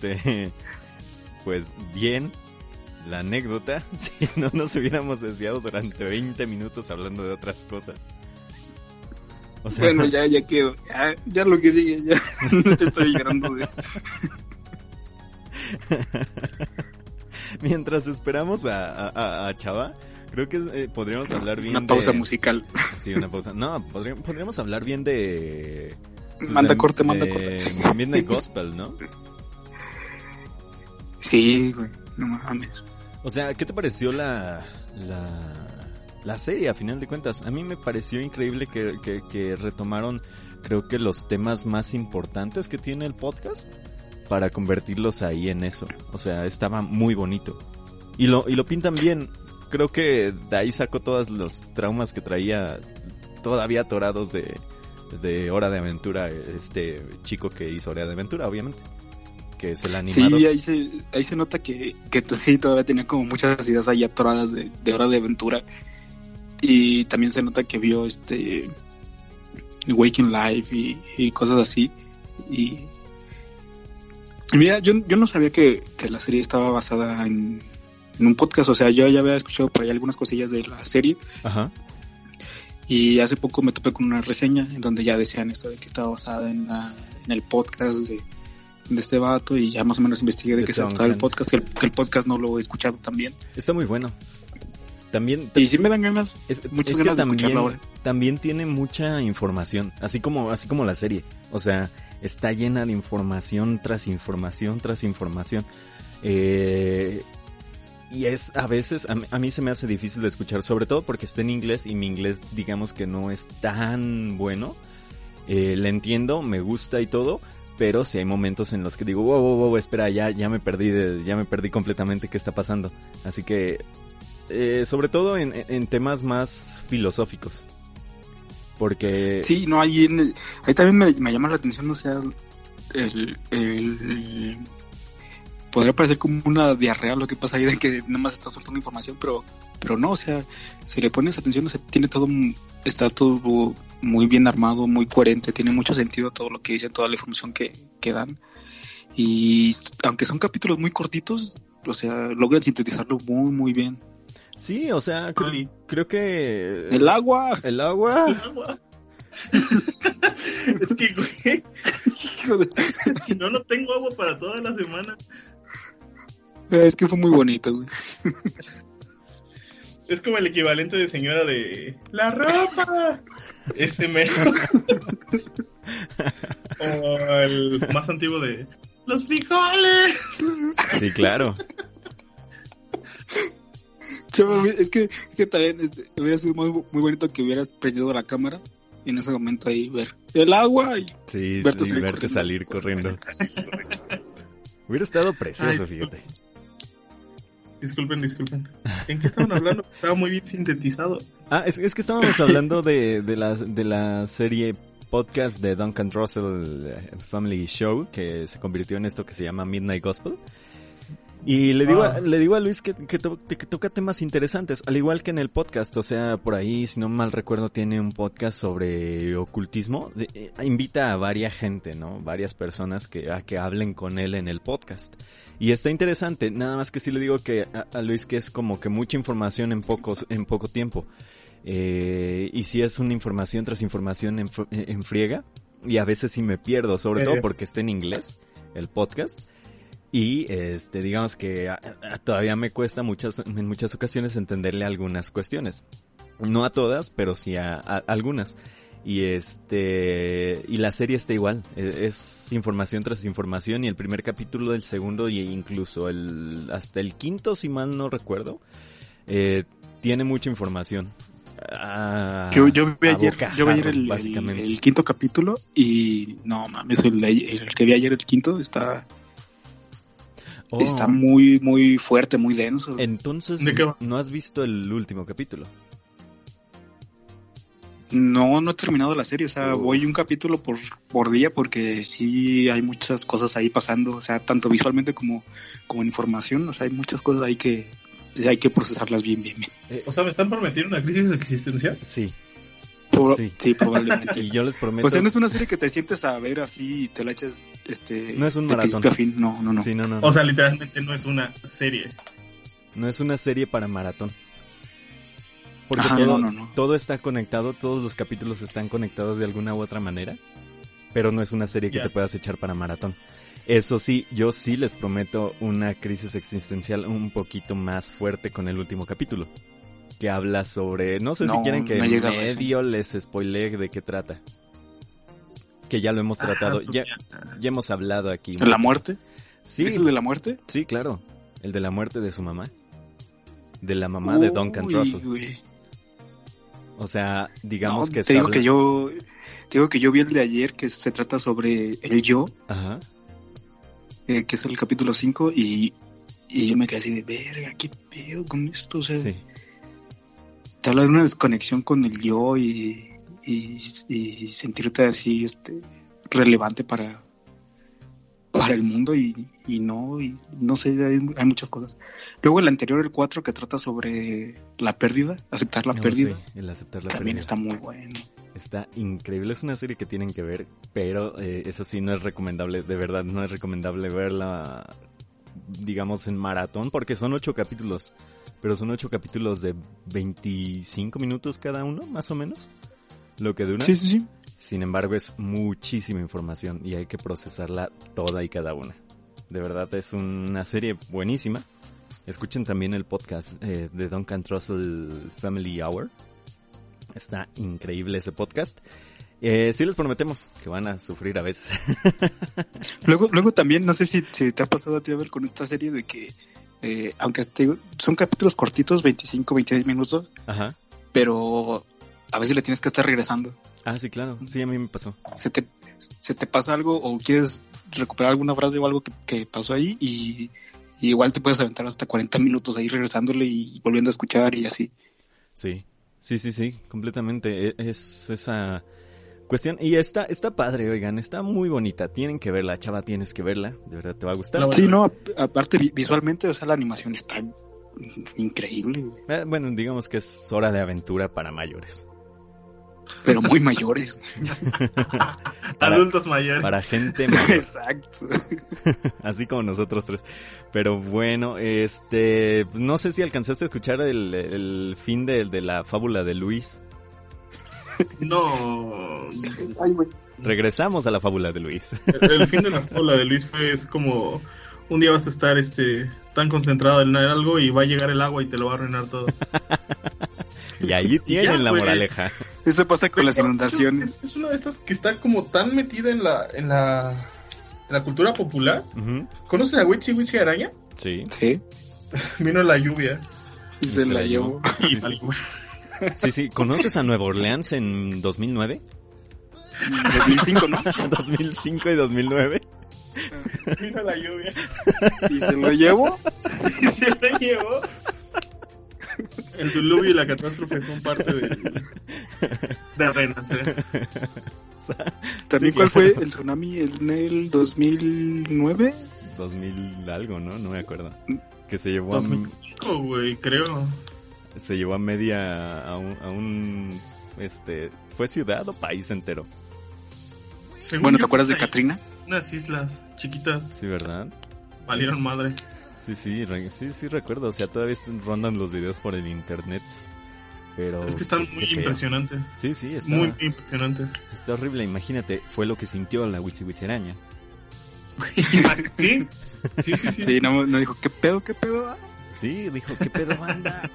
pues bien la anécdota si no nos hubiéramos desviado durante 20 minutos hablando de otras cosas. O sea, bueno, ya quedó. Ya lo que sigue, ya no te estoy llorando de... Mientras esperamos a Chava, creo que podríamos hablar bien una pausa musical. Sí, una pausa. No, podríamos hablar bien de... Pues manda corte. Midnight Gospel, ¿no? Sí, güey, no mames. O sea, ¿qué te pareció la serie a final de cuentas? A mí me pareció increíble que retomaron, creo que los temas más importantes que tiene el podcast para convertirlos ahí en eso. O sea, estaba muy bonito. Y lo pintan bien. Creo que de ahí sacó todos los traumas que traía todavía atorados de Hora de Aventura, este chico que hizo Hora de Aventura, obviamente. Que es el animador. Sí, ahí se nota que sí, todavía tenía como muchas ideas ahí atoradas de Hora de Aventura. Y también se nota que vio Waking Life y cosas así. Y mira, yo no sabía que la serie estaba basada en un podcast. O sea, yo ya había escuchado por ahí algunas cosillas de la serie. Ajá. Y hace poco me topé con una reseña en donde ya decían esto de que estaba basada en el podcast de este vato, y ya más o menos investigué de qué se trataba el podcast, que el podcast no lo he escuchado también. Está muy bueno. También, y sí me dan muchas ganas de escucharlo ahora. También tiene mucha información, así como la serie. O sea, está llena de información tras información tras información. Y es a veces, a mí se me hace difícil de escuchar, sobre todo porque está en inglés y mi inglés digamos que no es tan bueno. Le entiendo, me gusta y todo, pero sí hay momentos en los que digo, wow, espera, ya me perdí completamente qué está pasando. Así que, sobre todo en temas más filosóficos. Porque... Sí, no, ahí también me llama la atención, o sea, podría parecer como una diarrea lo que pasa ahí de que nada más está soltando información, pero no, o sea, si le pones atención, o sea, está todo muy bien armado, muy coherente, tiene mucho sentido todo lo que dicen, toda la información que dan, y aunque son capítulos muy cortitos, o sea, logran sintetizarlo muy, muy bien. Sí, o sea, creo que... El agua. Es que, güey, si no tengo agua para toda la semana. Es que fue muy bonito, güey. Es como el equivalente de señora de... ¡La ropa! Mero. O el más antiguo de ¡los frijoles! Sí, claro. Chava, es que también hubiera sido muy, muy bonito que hubieras prendido la cámara y en ese momento ahí ver el agua y Sí, verte salir corriendo. Hubiera estado precioso, Ay, fíjate. Disculpen. ¿En qué estaban hablando? Estaba muy bien sintetizado. Es que estábamos hablando de la serie podcast de Duncan Trussell Family Show, que se convirtió en esto que se llama Midnight Gospel. Y le digo a Luis que toca temas interesantes, al igual que en el podcast. O sea, por ahí, si no mal recuerdo, tiene un podcast sobre ocultismo. Invita a varias gente, ¿no? Varias personas a que hablen con él en el podcast. Y está interesante, nada más que sí le digo que a Luis que es como que mucha información en poco tiempo. Y si es una información tras información en friega, y a veces sí me pierdo, sobre todo porque está en inglés, el podcast. Y digamos que todavía me cuesta en muchas ocasiones entenderle algunas cuestiones. No a todas, pero sí a algunas. Y y la serie está igual, es información tras información, y el primer capítulo del segundo y incluso hasta el quinto, si mal no recuerdo, tiene mucha información. Yo vi ayer el quinto capítulo y no mames, el que vi ayer, el quinto, está muy muy fuerte, muy denso. Entonces, ¿no has visto el último capítulo? No he terminado la serie, o sea, voy un capítulo por día porque sí hay muchas cosas ahí pasando, o sea, tanto visualmente como en información, o sea, hay muchas cosas ahí que hay que procesarlas bien. O sea, ¿me están prometiendo una crisis existencial? Sí. Sí, probablemente. Y yo les prometo... Pues no es una serie que te sientes a ver así y te la echas no es un de maratón. principio a fin, no. Sí, no. O sea, literalmente no es una serie. No es una serie para maratón. Porque todo está conectado, todos los capítulos están conectados de alguna u otra manera, pero no es una serie que te puedas echar para maratón. Eso sí, yo sí les prometo una crisis existencial un poquito más fuerte con el último capítulo, que habla sobre, no sé si quieren que medio les spoilee de qué trata, que ya lo hemos tratado, ya hemos hablado aquí. ¿La muerte? Sí. ¿Es el de la muerte? Sí, claro, el de la muerte de su mamá, de la mamá de Duncan Trussell. Güey. O sea, digamos que... Te digo que yo vi el de ayer, que se trata sobre el yo. Ajá. Que es el capítulo 5, y yo me quedé así de, verga, ¿qué pedo con esto? O sea, sí. Te habla de una desconexión con el yo y sentirte así, relevante para el mundo y no sé, hay muchas cosas. Luego el anterior, el 4, que trata sobre la pérdida, aceptar la pérdida. Sí, el aceptar la también pérdida. Está muy bueno. Está increíble, es una serie que tienen que ver, pero eso sí, no es recomendable, de verdad, no es recomendable verla, digamos, en maratón, porque son 8 capítulos, pero son 8 capítulos de 25 minutos cada uno, más o menos, lo que dura. Sí. Sin embargo, es muchísima información y hay que procesarla toda y cada una. De verdad, es una serie buenísima. Escuchen también el podcast de Duncan Trussell Family Hour. Está increíble ese podcast. Sí les prometemos que van a sufrir a veces. Luego también, no sé si te ha pasado a ti a ver con esta serie de que, aunque son capítulos cortitos, 25, 26 minutos, ajá, pero a veces le tienes que estar regresando. Ah, sí, claro. Sí, a mí me pasó. Se te pasa algo o quieres recuperar alguna frase o algo que pasó ahí y igual te puedes aventar hasta 40 minutos ahí regresándole y volviendo a escuchar y así. Sí, completamente. Es esa cuestión. Y está padre, oigan, está muy bonita. Tienen que verla, chava, tienes que verla. De verdad te va a gustar. Sí, no, aparte visualmente, o sea, la animación está increíble. Bueno, digamos que es hora de aventura para mayores. Pero muy mayores. Adultos mayores. Para gente mayor. Exacto. Así como nosotros tres. Pero bueno, no sé si alcanzaste a escuchar el fin de la fábula de Luis. No. Ay, güey. Regresamos a la fábula de Luis. El fin de la fábula de Luis es como... Un día vas a estar tan concentrado en algo y va a llegar el agua y te lo va a arruinar todo. Y ahí tienen la moraleja. Eso pasa con las Pero, inundaciones. Es una de estas que está como tan metida en la cultura popular. Ujú. ¿Conoces a Witchy Witchy Araña? Sí. Sí, Vino la lluvia. y se la llevó. Y Sí, sí. Sí. ¿Conoces a Nueva Orleans en 2009? 2005, ¿no? 2005 y 2009. Vino la lluvia. Y se lo llevó. Y se la llevó. El diluvio y la catástrofe son parte de renacer. También, Sí, ¿cuál claro. fue el tsunami en el 2009? 2000 algo, ¿no? No me acuerdo. Que se llevó 2005, güey, creo. se llevó a media a un ¿fue ciudad o país entero? Según Bueno, yo, ¿te acuerdas de hay Katrina? Unas islas chiquitas Sí, ¿verdad? valieron madre. Sí recuerdo, o sea, todavía rondan los videos por el internet. Pero Es que están qué muy feo. impresionantes. Sí, está, Muy impresionantes. está horrible, imagínate, fue lo que sintió la Witchy Witchy Araña. ¿Sí? Sí. Sí, no dijo, ¿qué pedo? Ah. Sí, dijo, ¿qué pedo, banda?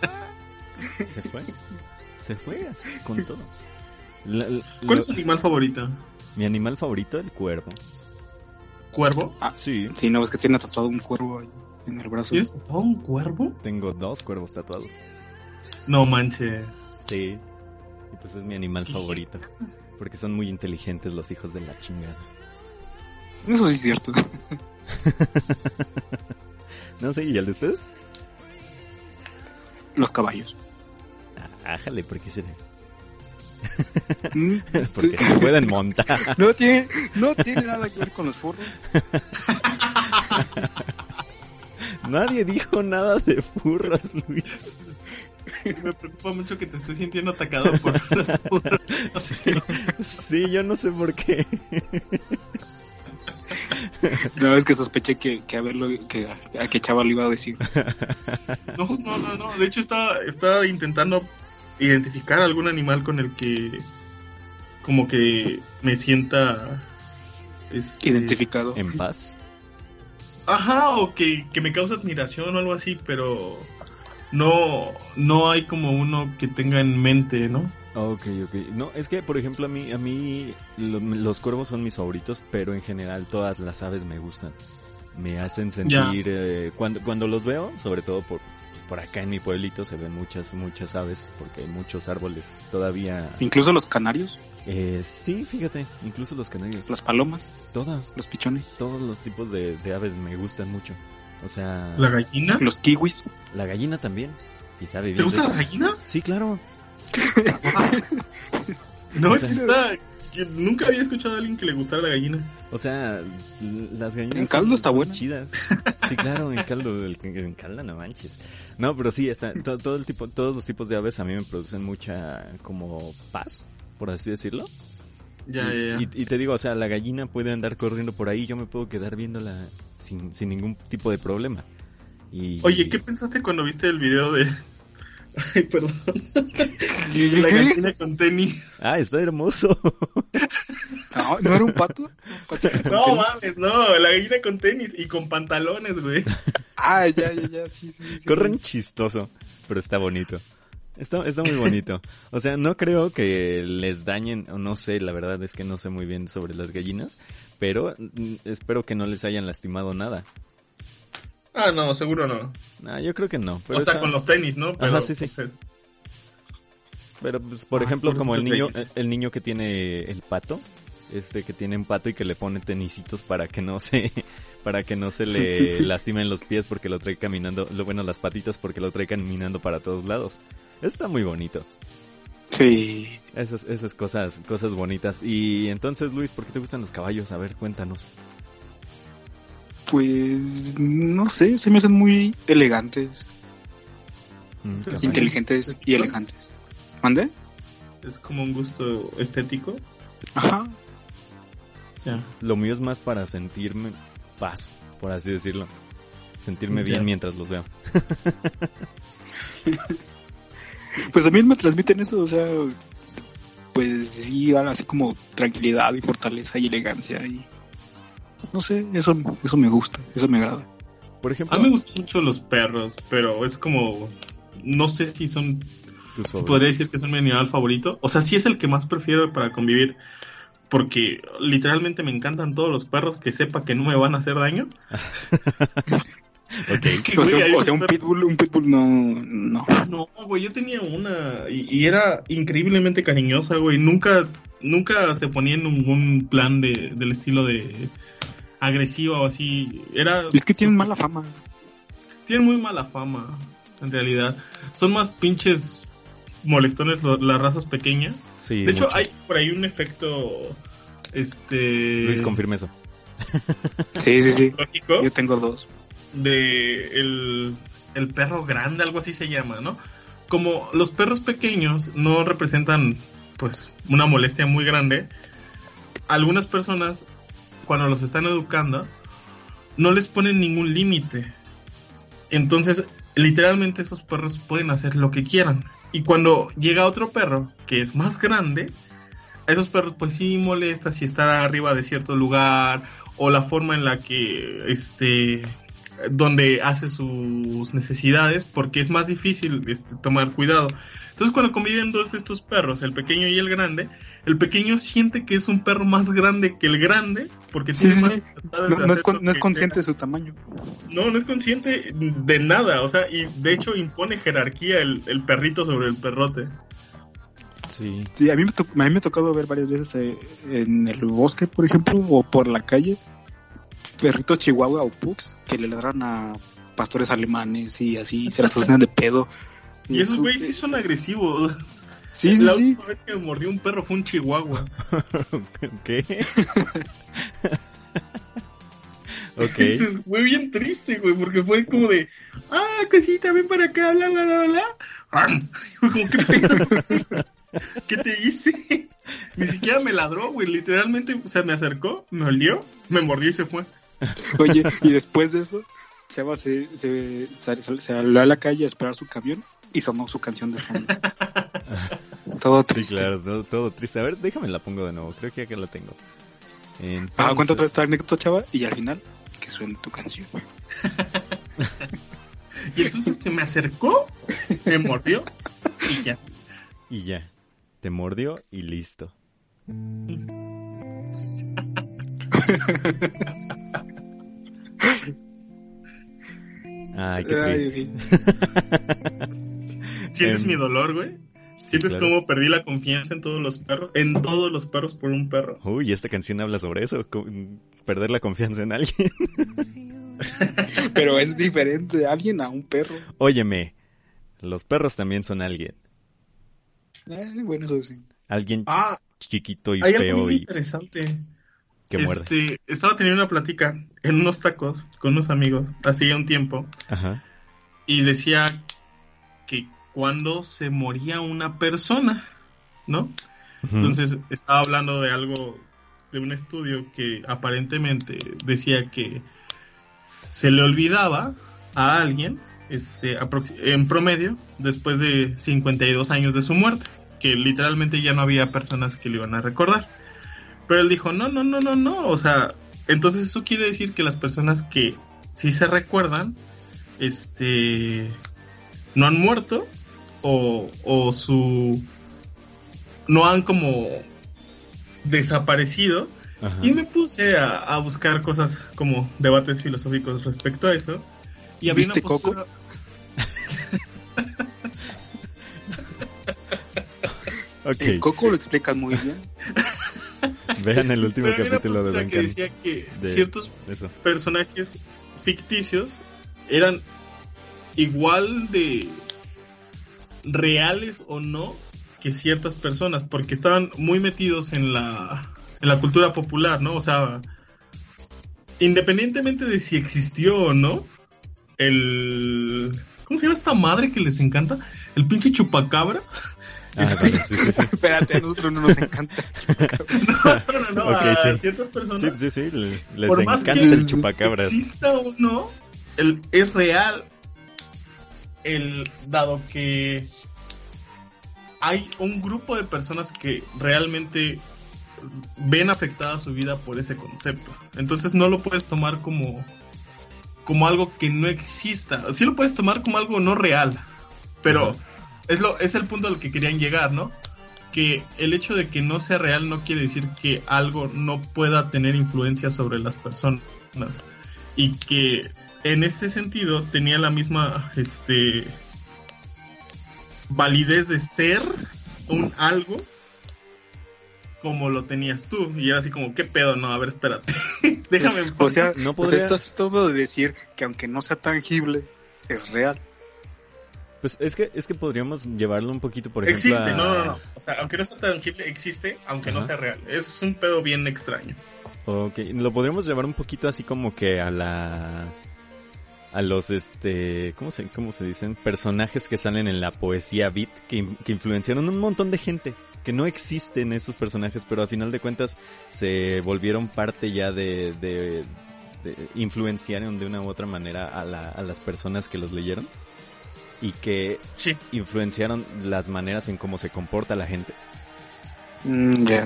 Se fue así, con todo. ¿Cuál es tu animal favorito? Mi animal favorito, el cuervo. ¿Cuervo? Sí, Sí, no, es que tiene tatuado un cuervo ahí en el brazo. ¿Tienes tatuado un cuervo? tengo 2 cuervos tatuados. No manches. Sí, y pues es mi animal favorito. Porque son muy inteligentes los hijos de la chingada. Eso sí es cierto. No sé, ¿y el de ustedes? Los caballos. Ájale, ¿por qué será? Mm, Porque se pueden montar. no tiene nada que ver con los furros. Nadie dijo nada de furros, Luis. Me preocupa mucho que te estés sintiendo atacado por los furros. Sí, yo no sé por qué. No, es que sospeché que a qué chaval le iba a decir. No. De hecho, estaba intentando identificar algún animal con el que como que me sienta Identificado. ¿En paz? Ajá, o que me causa admiración o algo así, pero no hay como uno que tenga en mente, ¿no? Ok. No, es que, por ejemplo, a mí los cuervos son mis favoritos, pero en general todas las aves me gustan. Me hacen sentir, cuando los veo, sobre todo por acá en mi pueblito, se ven muchas aves, porque hay muchos árboles todavía. Incluso los canarios, Sí, fíjate, incluso los canarios. las palomas, Todos los pichones, los tipos de aves me gustan mucho. O sea, ¿La gallina? los kiwis. la gallina también. Y sabe bien. ¿Te gusta rico. la gallina? Sí, claro. No, O es sea, que está... que nunca había escuchado a alguien que le gustara la gallina. O sea, las gallinas En caldo está son buena. chidas. Sí, claro, en caldo no manches. No, pero sí, todos los tipos de aves a mí me producen mucha como paz, por así decirlo. Ya. Y te digo, o sea, la gallina puede andar corriendo por ahí, yo me puedo quedar viéndola sin ningún tipo de problema. Oye, ¿qué pensaste cuando viste el video de... Ay, perdón. ¿Y La qué? gallina con tenis. Ah, está hermoso. ¿No era un pato? No mames, no, la gallina con tenis y con pantalones, güey. Ah, ya, sí. Corren chistoso, pero está bonito. Está muy bonito. O sea, no creo que les dañen, o no sé, la verdad es que no sé muy bien sobre las gallinas, pero espero que no les hayan lastimado nada. Ah, no, seguro no. No, yo creo que no. Pero O sea, con los tenis, ¿no? Pero, Ajá, sí. o sea, Pero, pues, por ejemplo, por como esos detalles. el niño que tiene el pato, que tiene un pato y que le pone tenisitos para que no se le lastimen los pies porque lo trae caminando, las patitas porque lo trae caminando para todos lados. Está muy bonito. Sí. Esas cosas bonitas. Y entonces, Luis, ¿por qué te gustan los caballos? A ver, cuéntanos. Pues no sé, se me hacen muy elegantes, Caballos. inteligentes y elegantes. ¿Mande? es como un gusto estético. Ajá. Ya. Lo mío es más para sentirme paz, por así decirlo. Sentirme Ya. bien mientras los veo. Pues también me transmiten eso, o sea, pues sí, así como tranquilidad y fortaleza y elegancia y no sé, eso me gusta, eso me agrada. Por ejemplo, A mí me gustan mucho los perros, pero es como... No sé si son se podría decir que es mi animal favorito. O sea, sí es el que más prefiero para convivir. Porque literalmente me encantan todos los perros que sepa que no me van a hacer daño. Okay. Es que, O güey, sea, un pitbull no. No, güey, yo tenía una y era increíblemente cariñosa, güey. Nunca se ponía en ningún plan del estilo de agresiva o así. Es que tienen mala fama. Tienen muy mala fama, en realidad. Son más pinches molestones las razas pequeñas. Sí, de hecho, mucho. hay por ahí un efecto Luis, confirme eso. Sí. lógico Yo tengo 2. de el perro grande, algo así se llama, ¿no? Como los perros pequeños no representan pues una molestia muy grande, algunas personas cuando los están educando no les ponen ningún límite. Entonces, literalmente esos perros pueden hacer lo que quieran. Y cuando llega otro perro que es más grande, a esos perros pues sí molesta si está arriba de cierto lugar o la forma en la que donde hace sus necesidades, porque es más difícil tomar cuidado. Entonces cuando conviven dos estos perros, el pequeño y el grande, el pequeño siente que es un perro más grande que el grande, porque tiene más libertades de hacer no es consciente de su tamaño. No es consciente de nada, o sea, y de hecho impone jerarquía el perrito sobre el perrote. Sí. Sí, a mí me ha tocado ver varias veces en el bosque, por ejemplo, o por la calle, perritos chihuahua o pugs que le ladran a pastores alemanes y así se las hacen de pedo. Y esos güeyes sí son agresivos. Sí. La última vez que me mordió un perro fue un chihuahua. ¿Qué? Ok. Fue bien triste, güey, porque fue como de, cosita, ven para acá, bla, bla, bla, bla. Como, ¿qué pedo? ¿Qué te hice? Ni siquiera me ladró, güey, literalmente se me acercó, me olió, me mordió y se fue. Oye, y después de eso, Chava se salió a la calle a esperar su camión y sonó su canción de fondo. Todo triste. Sí, claro, todo triste. A ver, déjame la pongo de nuevo, creo que acá la tengo. Cuenta otra vez tu anécdota, Chava, y al final que suene tu canción. Y entonces se me acercó, me mordió y ya. Y ya, te mordió y listo. Ay, qué triste. ¿Sientes mi dolor, güey? ¿Sientes claro. cómo perdí la confianza en todos los perros? En todos los perros por un perro. Uy, esta canción habla sobre eso, perder la confianza en alguien. Pero es diferente de alguien a un perro. Óyeme, los perros también son alguien. Bueno, eso sí. Alguien chiquito y hay feo algo muy y interesante. que muerde. Estaba teniendo una plática en unos tacos con unos amigos hacía un tiempo. Ajá. Y decía que cuando se moría una persona, ¿no? Uh-huh. Entonces estaba hablando de algo, de un estudio que aparentemente decía que se le olvidaba a alguien en promedio después de 52 años de su muerte, que literalmente ya no había personas que le iban a recordar. Pero él dijo, no, o sea, entonces eso quiere decir que las personas que sí se recuerdan, no han muerto o no han como desaparecido. Ajá. Y me puse a buscar cosas como debates filosóficos respecto a eso. Y había ¿viste una postura... Coco? Okay. Coco lo explican muy bien. Vean el último capítulo de Ben que decía que ciertos personajes ficticios eran igual de reales o no que ciertas personas, porque estaban muy metidos en la cultura popular, ¿no? O sea, independientemente de si existió o no, ¿cómo se llama esta madre que les encanta? El pinche chupacabra. Vale, sí. Espérate, a nosotros no nos encanta. No. Okay, a ciertas personas. Sí. Les por más encanta que el chupacabras. Exista o no, es real. Dado que hay un grupo de personas que realmente ven afectada su vida por ese concepto. Entonces no lo puedes tomar como algo que no exista. Sí lo puedes tomar como algo no real, pero es el punto al que querían llegar, ¿no? Que el hecho de que no sea real no quiere decir que algo no pueda tener influencia sobre las personas. Y que en ese sentido tenía la misma validez de ser un algo como lo tenías tú. Y era así como, ¿qué pedo? No, a ver, espérate. Déjame. O sea, no podría... estás tratando de decir que aunque no sea tangible, es real. Pues es que podríamos llevarlo un poquito, por ejemplo, existe, no. O sea, aunque no sea tangible, existe, aunque no sea real. Es un pedo bien extraño. Ok, lo podríamos llevar un poquito así como que a los ¿cómo se dicen? Personajes que salen en la poesía beat que influenciaron un montón de gente, que no existen esos personajes, pero a final de cuentas se volvieron parte ya de influenciaron de una u otra manera a las personas que los leyeron y que influenciaron las maneras en cómo se comporta la gente. Ya.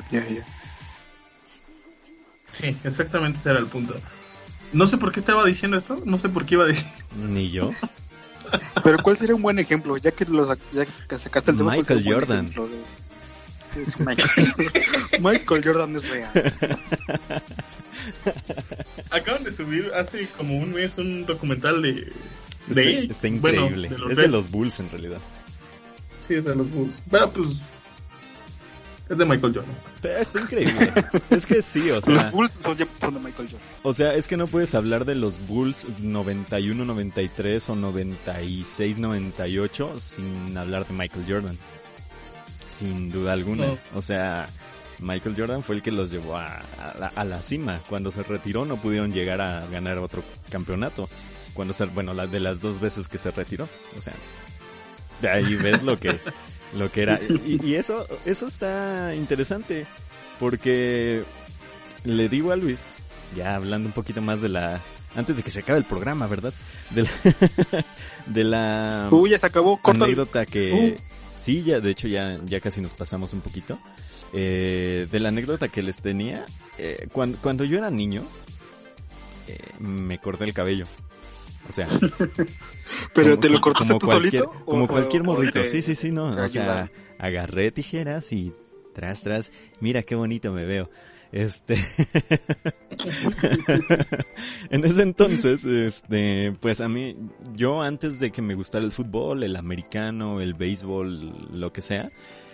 Sí, exactamente ese era el punto. No sé por qué estaba diciendo esto, no sé por qué iba a decir. Ni yo. Pero ¿cuál sería un buen ejemplo? Ya que sacaste el tema. Michael Jordan. Michael Jordan es real. Acaban de subir hace como un mes un documental de está increíble. Bueno, es de los Bulls en realidad. Sí, es de los Bulls. Pero pues es de Michael Jordan. Pero está increíble. Es que sí, o sea, los Bulls son de Michael Jordan. O sea, es que no puedes hablar de los Bulls 91-93 o 96-98 sin hablar de Michael Jordan. Sin duda alguna. No. O sea, Michael Jordan fue el que los llevó a la cima. Cuando se retiró no pudieron llegar a ganar otro campeonato. De las 2 veces que se retiró. O sea, de ahí ves lo que era. Y eso está interesante. Porque le digo a Luis, ya hablando un poquito más antes de que se acabe el programa, ¿verdad? De la ya se acabó, córtale. Anécdota que... Sí, ya, de hecho ya casi nos pasamos un poquito. De la anécdota que les tenía, cuando yo era niño, me corté el cabello. O sea... ¿Pero te lo cortaste tú solito? Como cualquier morrito, sí, no. O sea, agarré tijeras y tras, mira qué bonito me veo. En ese entonces, pues a mí, yo antes de que me gustara el fútbol, el americano, el béisbol, lo que sea,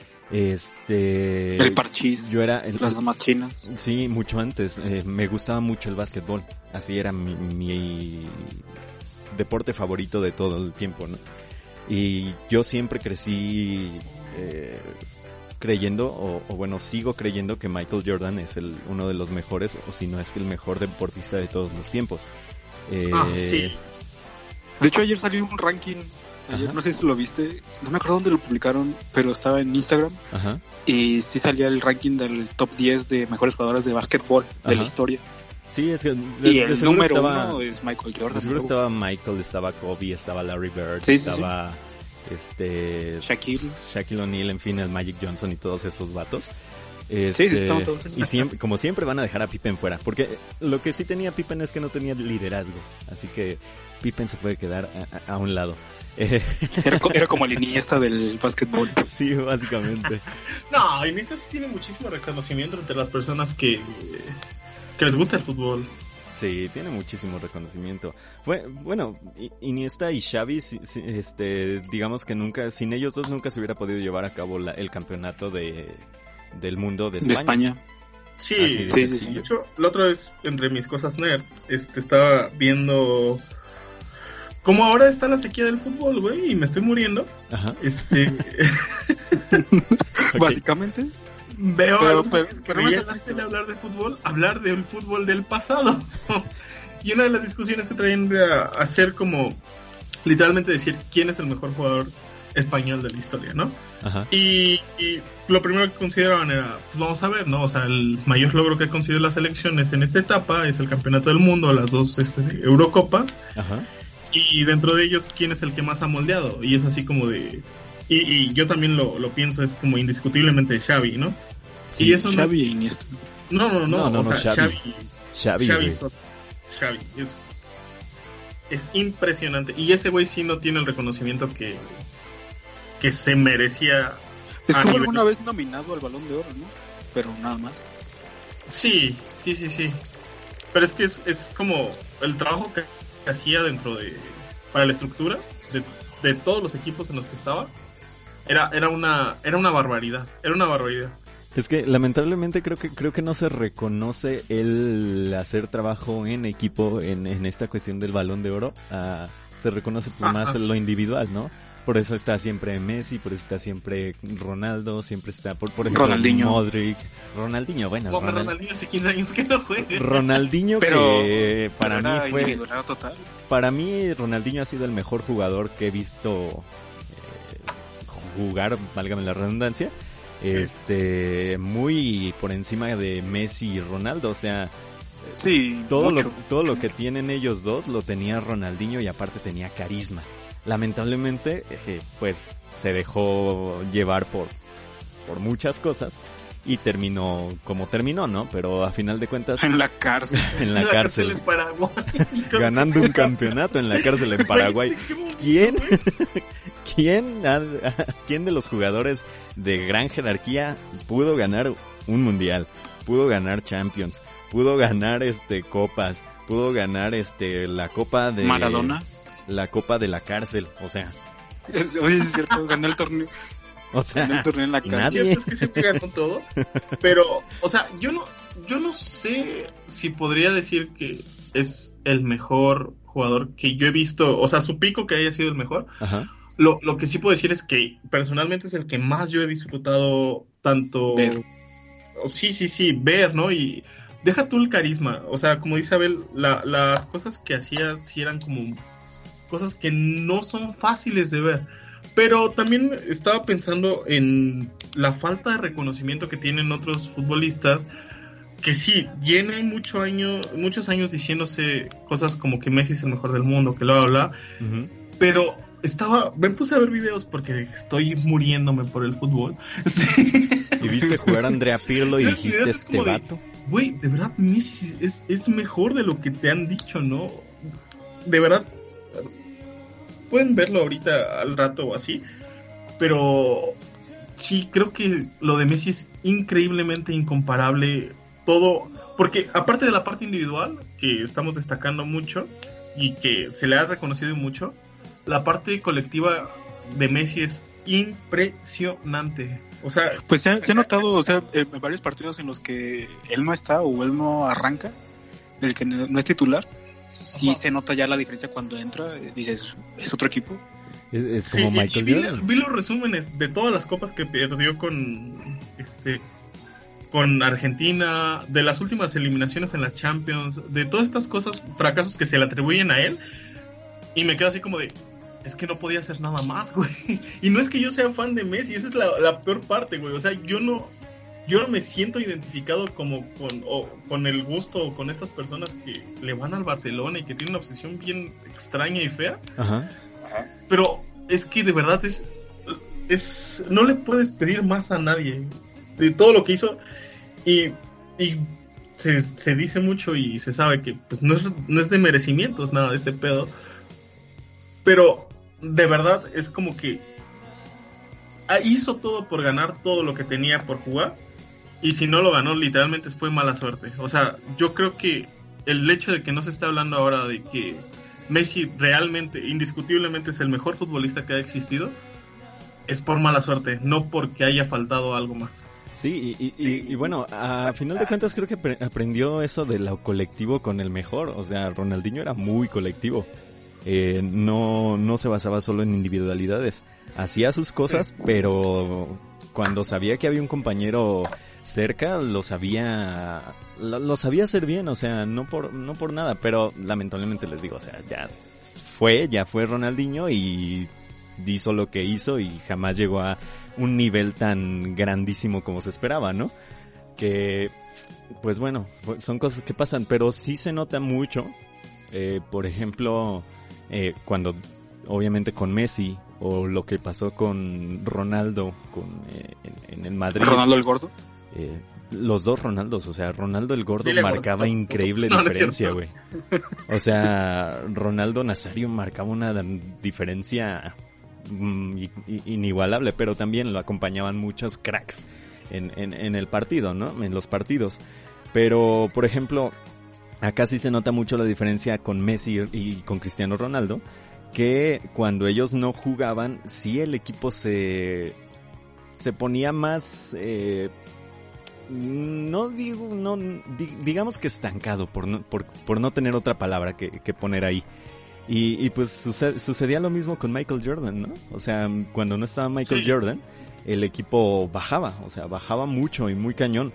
el parchís, yo era las damas chinas. Sí, mucho antes, me gustaba mucho el básquetbol, así era mi deporte favorito de todo el tiempo, ¿no? Y yo siempre crecí creyendo, o bueno, sigo creyendo que Michael Jordan es uno de los mejores, o si no es que el mejor deportista de todos los tiempos. Sí. De hecho, ayer salió un ranking, no sé si lo viste, no me acuerdo dónde lo publicaron, pero estaba en Instagram. Ajá. Y sí salía el ranking del top 10 de mejores jugadores de básquetbol de la historia. Sí, es que y el número 1 es Michael Jordan. Seguro estaba Michael, estaba Kobe, estaba Larry Bird, estaba Shaquille O'Neal, en fin, el Magic Johnson y todos esos vatos. Sí, estaban todos. Y como siempre van a dejar a Pippen fuera, porque lo que sí tenía Pippen es que no tenía liderazgo, así que Pippen se puede quedar a un lado. Era como el Iniesta del básquetbol. Sí, básicamente. No, Iniesta sí tiene muchísimo reconocimiento entre las personas que les gusta el fútbol. Sí, tiene muchísimo reconocimiento. Bueno, Iniesta y Xavi, digamos que sin ellos dos nunca se hubiera podido llevar a cabo el campeonato del mundo de España. Sí. De hecho, la otra vez, entre mis cosas nerd, estaba viendo cómo ahora está la sequía del fútbol, güey, y me estoy muriendo. Ajá. Básicamente. Veo pero no es hablar de fútbol, hablar del fútbol del pasado. Y una de las discusiones que traían era hacer como literalmente decir quién es el mejor jugador español de la historia, ¿no? Ajá. Y lo primero que consideraban era, pues vamos a ver, ¿no? O sea, el mayor logro que ha conseguido las selecciones en esta etapa es el campeonato del mundo, las dos Eurocopas. Ajá. Y dentro de ellos, ¿quién es el que más ha moldeado? Y es así como de... Y yo también lo pienso, es como indiscutiblemente Xavi, ¿no? Sí, y eso Xavi y Iniesta. No, o sea, Xavi es impresionante. Y ese güey sí no tiene el reconocimiento que que se merecía. Estuvo alguna vez nominado al Balón de Oro, ¿no? Pero nada más. Sí. Pero es que es como el trabajo que hacía para la estructura de todos los equipos en los que estaba. Era una barbaridad. Es que lamentablemente creo que no se reconoce el hacer trabajo en equipo en esta cuestión del Balón de Oro. Se reconoce pues más lo individual, ¿no? Por eso está siempre Messi, por eso está siempre Ronaldo, siempre está por ejemplo Ronaldinho. Modric, Ronaldinho, bueno, Ronaldinho hace 15 años que no juega. Ronaldinho pero, que para mí fue total. Para mí Ronaldinho ha sido el mejor jugador que he visto jugar, válgame la redundancia. Sí. Muy por encima de Messi y Ronaldo, o sea, sí, todo lo que tienen ellos dos lo tenía Ronaldinho y aparte tenía carisma. Lamentablemente, pues se dejó llevar por muchas cosas y terminó como terminó, ¿no? Pero a final de cuentas en la cárcel. En la cárcel en Paraguay. Ganando un campeonato en la cárcel en Paraguay. ¿Quién de los jugadores de gran jerarquía pudo ganar un mundial? Pudo ganar Champions, pudo ganar copas, pudo ganar la copa de Maradona, la copa de la cárcel, o sea. Oye, es cierto, ganó el torneo. O sea, ganó el torneo en la cárcel. nadie. Es que siempre ganó todo, pero, o sea, yo no sé si podría decir que es el mejor jugador que yo he visto, o sea, su pico que haya sido el mejor. Ajá. Lo que sí puedo decir es que personalmente es el que más yo he disfrutado tanto ver. Sí, ver, ¿no? Y deja tú el carisma, o sea, como dice Abel, las cosas que hacía sí eran como cosas que no son fáciles de ver. Pero también estaba pensando en la falta de reconocimiento que tienen otros futbolistas que sí, tienen muchos años diciéndose cosas como que Messi es el mejor del mundo, que bla, bla, bla. Uh-huh. Pero me puse a ver videos porque estoy muriéndome por el fútbol. Y viste jugar a Andrea Pirlo y dijiste vato. Güey, de verdad Messi es mejor de lo que te han dicho, ¿no? De verdad. Pueden verlo ahorita al rato o así, pero sí, creo que lo de Messi es increíblemente incomparable todo, porque aparte de la parte individual, que estamos destacando mucho y que se le ha reconocido mucho, la parte colectiva de Messi es impresionante. O sea, pues se ha notado, o sea, en varios partidos en los que él no está o él no arranca, el que no es titular, sí se nota ya la diferencia cuando entra, dices, es otro equipo. Es como sí, Michael Jordan. Vi los resúmenes de todas las copas que perdió con Argentina, de las últimas eliminaciones en la Champions, de todas estas cosas, fracasos que se le atribuyen a él, y me quedo así como de, es que no podía hacer nada más, güey. Y no es que yo sea fan de Messi, esa es la peor parte, güey. O sea, yo no me siento identificado como con el gusto o con estas personas que le van al Barcelona y que tienen una obsesión bien extraña y fea. Ajá. Pero es que de verdad no le puedes pedir más a nadie de todo lo que hizo, y se dice mucho y se sabe que pues no es de merecimientos nada de este pedo, pero de verdad es como que hizo todo por ganar todo lo que tenía por jugar. Y si no lo ganó, literalmente fue mala suerte. O sea, yo creo que el hecho de que no se está hablando ahora de que Messi realmente, indiscutiblemente es el mejor futbolista que ha existido, es por mala suerte, no porque haya faltado algo más. Sí, y bueno, a final de cuentas creo que aprendió eso de lo colectivo con el mejor. O sea, Ronaldinho era muy colectivo. No se basaba solo en individualidades. Hacía sus cosas, sí, pero cuando sabía que había un compañero cerca, lo sabía hacer bien, o sea, no por nada, pero lamentablemente les digo, o sea, ya fue Ronaldinho y hizo lo que hizo y jamás llegó a un nivel tan grandísimo como se esperaba, ¿no? Que, pues bueno, son cosas que pasan, pero sí se nota mucho, por ejemplo, cuando, obviamente con Messi, o lo que pasó con Ronaldo en el Madrid. ¿Ronaldo el Gordo? Los dos Ronaldos, o sea, Ronaldo el Gordo marcaba increíble diferencia, güey. O sea, Ronaldo Nazario marcaba una diferencia inigualable, pero también lo acompañaban muchos cracks en el partido, ¿no? En los partidos. Pero, por ejemplo, acá sí se nota mucho la diferencia con Messi y con Cristiano Ronaldo, que cuando ellos no jugaban, sí el equipo se ponía más, digamos que estancado, por no tener otra palabra que poner ahí. Y pues sucedía lo mismo con Michael Jordan, ¿no? O sea, cuando no estaba Michael Jordan, el equipo bajaba mucho y muy cañón.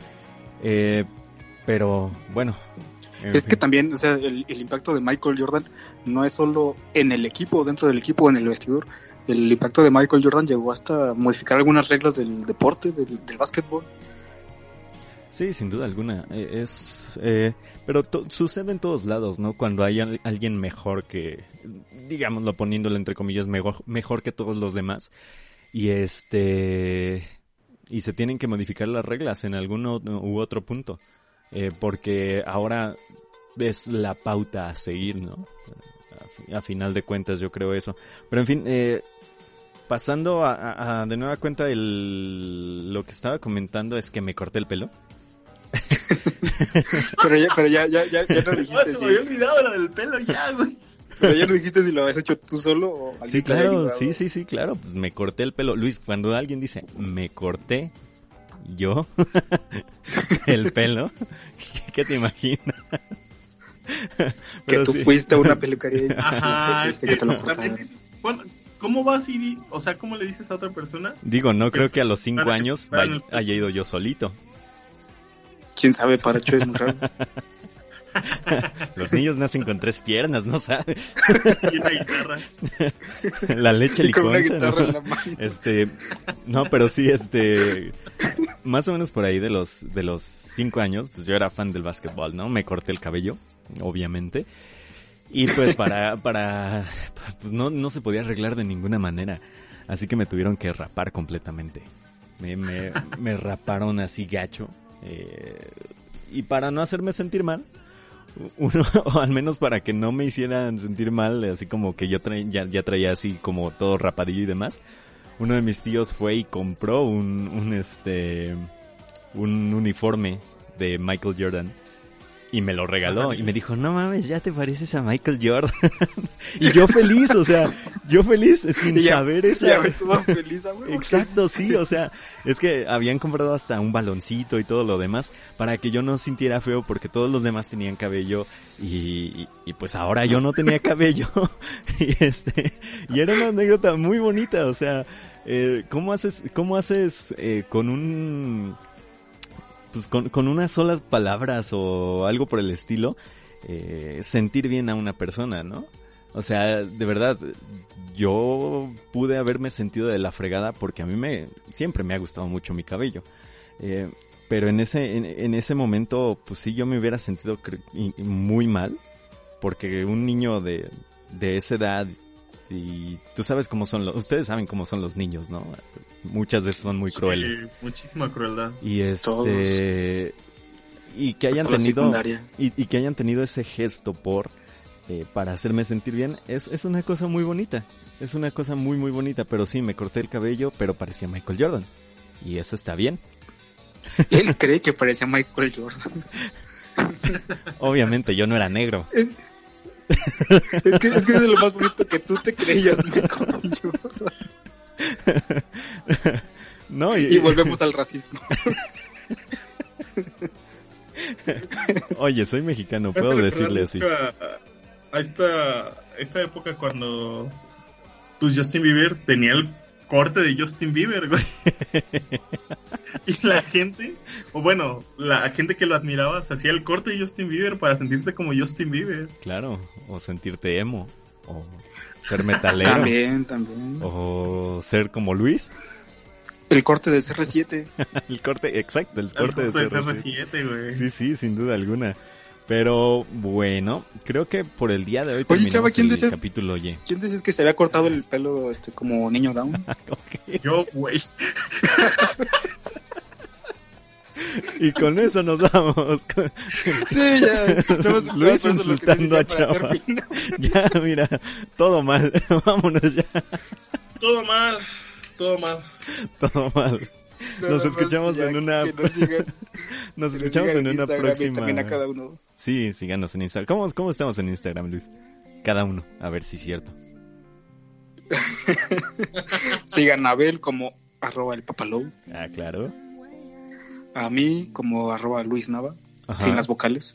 Pero bueno. Es que también, o sea, el impacto de Michael Jordan no es solo en el equipo, dentro del equipo o en el vestidor. El impacto de Michael Jordan llegó hasta modificar algunas reglas del deporte, del básquetbol. Sí, sin duda alguna. Pero sucede en todos lados, ¿no? Cuando hay alguien mejor que, digámoslo poniéndolo entre comillas, mejor que todos los demás. Y se tienen que modificar las reglas en alguno u otro punto. Porque ahora es la pauta a seguir, ¿no? A final de cuentas yo creo eso. Pero en fin, pasando a de nueva cuenta lo que estaba comentando es que me corté el pelo. pero ya no dijiste. Se me había olvidado la del pelo ya, güey. Pero ya no dijiste si lo habías hecho tú solo o alguien. Sí, claro, sí, claro. Pues me corté el pelo. Luis, cuando alguien dice, me corté yo el pelo, ¿qué te imaginas? Que tú fuiste a una peluquería. Ajá, que te lo cortaron. Bueno, ¿cómo vas y, o sea, cómo le dices a otra persona? Digo, no creo que a los 5 años haya ido yo solito. ¿Quién sabe? Para Cho es muy raro. Los niños nacen con 3 piernas, ¿no sabes? Y una guitarra. La leche y con una liconza, guitarra ¿no? en la mano. No, pero sí, más o menos por ahí de los 5 años, pues yo era fan del básquetbol, ¿no? Me corté el cabello, obviamente. Y pues pues no se podía arreglar de ninguna manera. Así que me tuvieron que rapar completamente. Me raparon así gacho. Y para no hacerme sentir mal, o al menos para que no me hicieran sentir mal, así como que yo ya traía así como todo rapadillo y demás, uno de mis tíos fue y compró un uniforme de Michael Jordan y me lo regaló y me dijo, no mames, ya te pareces a Michael Jordan. Y yo feliz, sin saber eso. Exacto, sí, o sea, es que habían comprado hasta un baloncito y todo lo demás para que yo no sintiera feo porque todos los demás tenían cabello y pues ahora yo no tenía cabello. Y era una anécdota muy bonita, o sea, ¿cómo haces con con unas solas palabras o algo por el estilo, sentir bien a una persona, ¿no? O sea, de verdad, yo pude haberme sentido de la fregada porque a mí siempre me ha gustado mucho mi cabello. Pero en ese momento, pues sí, yo me hubiera sentido muy mal porque un niño de esa edad, y tú sabes cómo ustedes saben cómo son los niños, ¿no? Muchas veces son muy crueles. Muchísima crueldad. Y y que hayan tenido ese gesto para hacerme sentir bien, es una cosa muy bonita. Es una cosa muy muy bonita, pero sí, me corté el cabello, pero parecía Michael Jordan. Y eso está bien. Él cree que parecía Michael Jordan. Obviamente, yo no era negro. Es que es lo más bonito que tú te creías Michael Jordan. No, y volvemos al racismo. Oye, soy mexicano, puedo decirle así. A esta época cuando pues Justin Bieber tenía el corte de Justin Bieber, güey. Y la gente que lo admiraba se hacía el corte de Justin Bieber para sentirse como Justin Bieber. Claro, o sentirte emo, o ser metalero. También. O ser como Luis. El corte del CR7. El corte del CR7, güey. Sí, sin duda alguna. Pero bueno, creo que por el día de hoy terminamos el capítulo. Oye, ¿quién decías que se había cortado el pelo como niño down? Okay. Yo, güey. Y con eso nos vamos. Sí, ya. Luis insultando a Chava. Ya, mira, todo mal. Vámonos ya. Todo mal, todo mal. Todo mal. Nos escuchamos en una... Nos escuchamos en una próxima... También a cada uno. Sí, síganos en Instagram. ¿Cómo estamos en Instagram, Luis? Cada uno, a ver si es cierto. Sigan a Abel como @elpapalou. Ah, claro. A mí como @luisnava, Ajá. sin las vocales.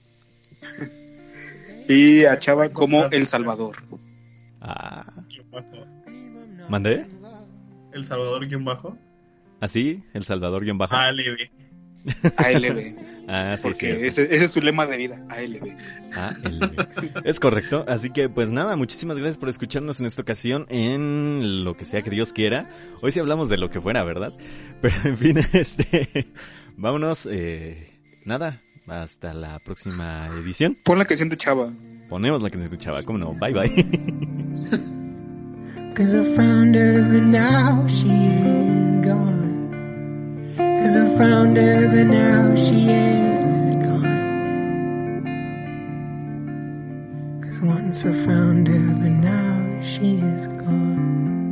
Y a Chava como El Salvador. Ah. ¿Quién bajo? ¿Mandé? El Salvador, ¿quién bajo? ¿Así? El Salvador-bajo. ALB. ALB. Ah, sí, Porque sí. ese es su lema de vida, ALB. Es correcto. Así que, pues nada, muchísimas gracias por escucharnos en esta ocasión en lo que sea que Dios quiera. Hoy sí hablamos de lo que fuera, ¿verdad? Pero en fin, vámonos. Nada, hasta la próxima edición. Pon la canción de Chava. Ponemos la que se escuchaba, ¿cómo no? Bye, bye. 'Cause I found her, but now she is gone. 'Cause I found her, but now she is gone. 'Cause once I found her, but now she is gone.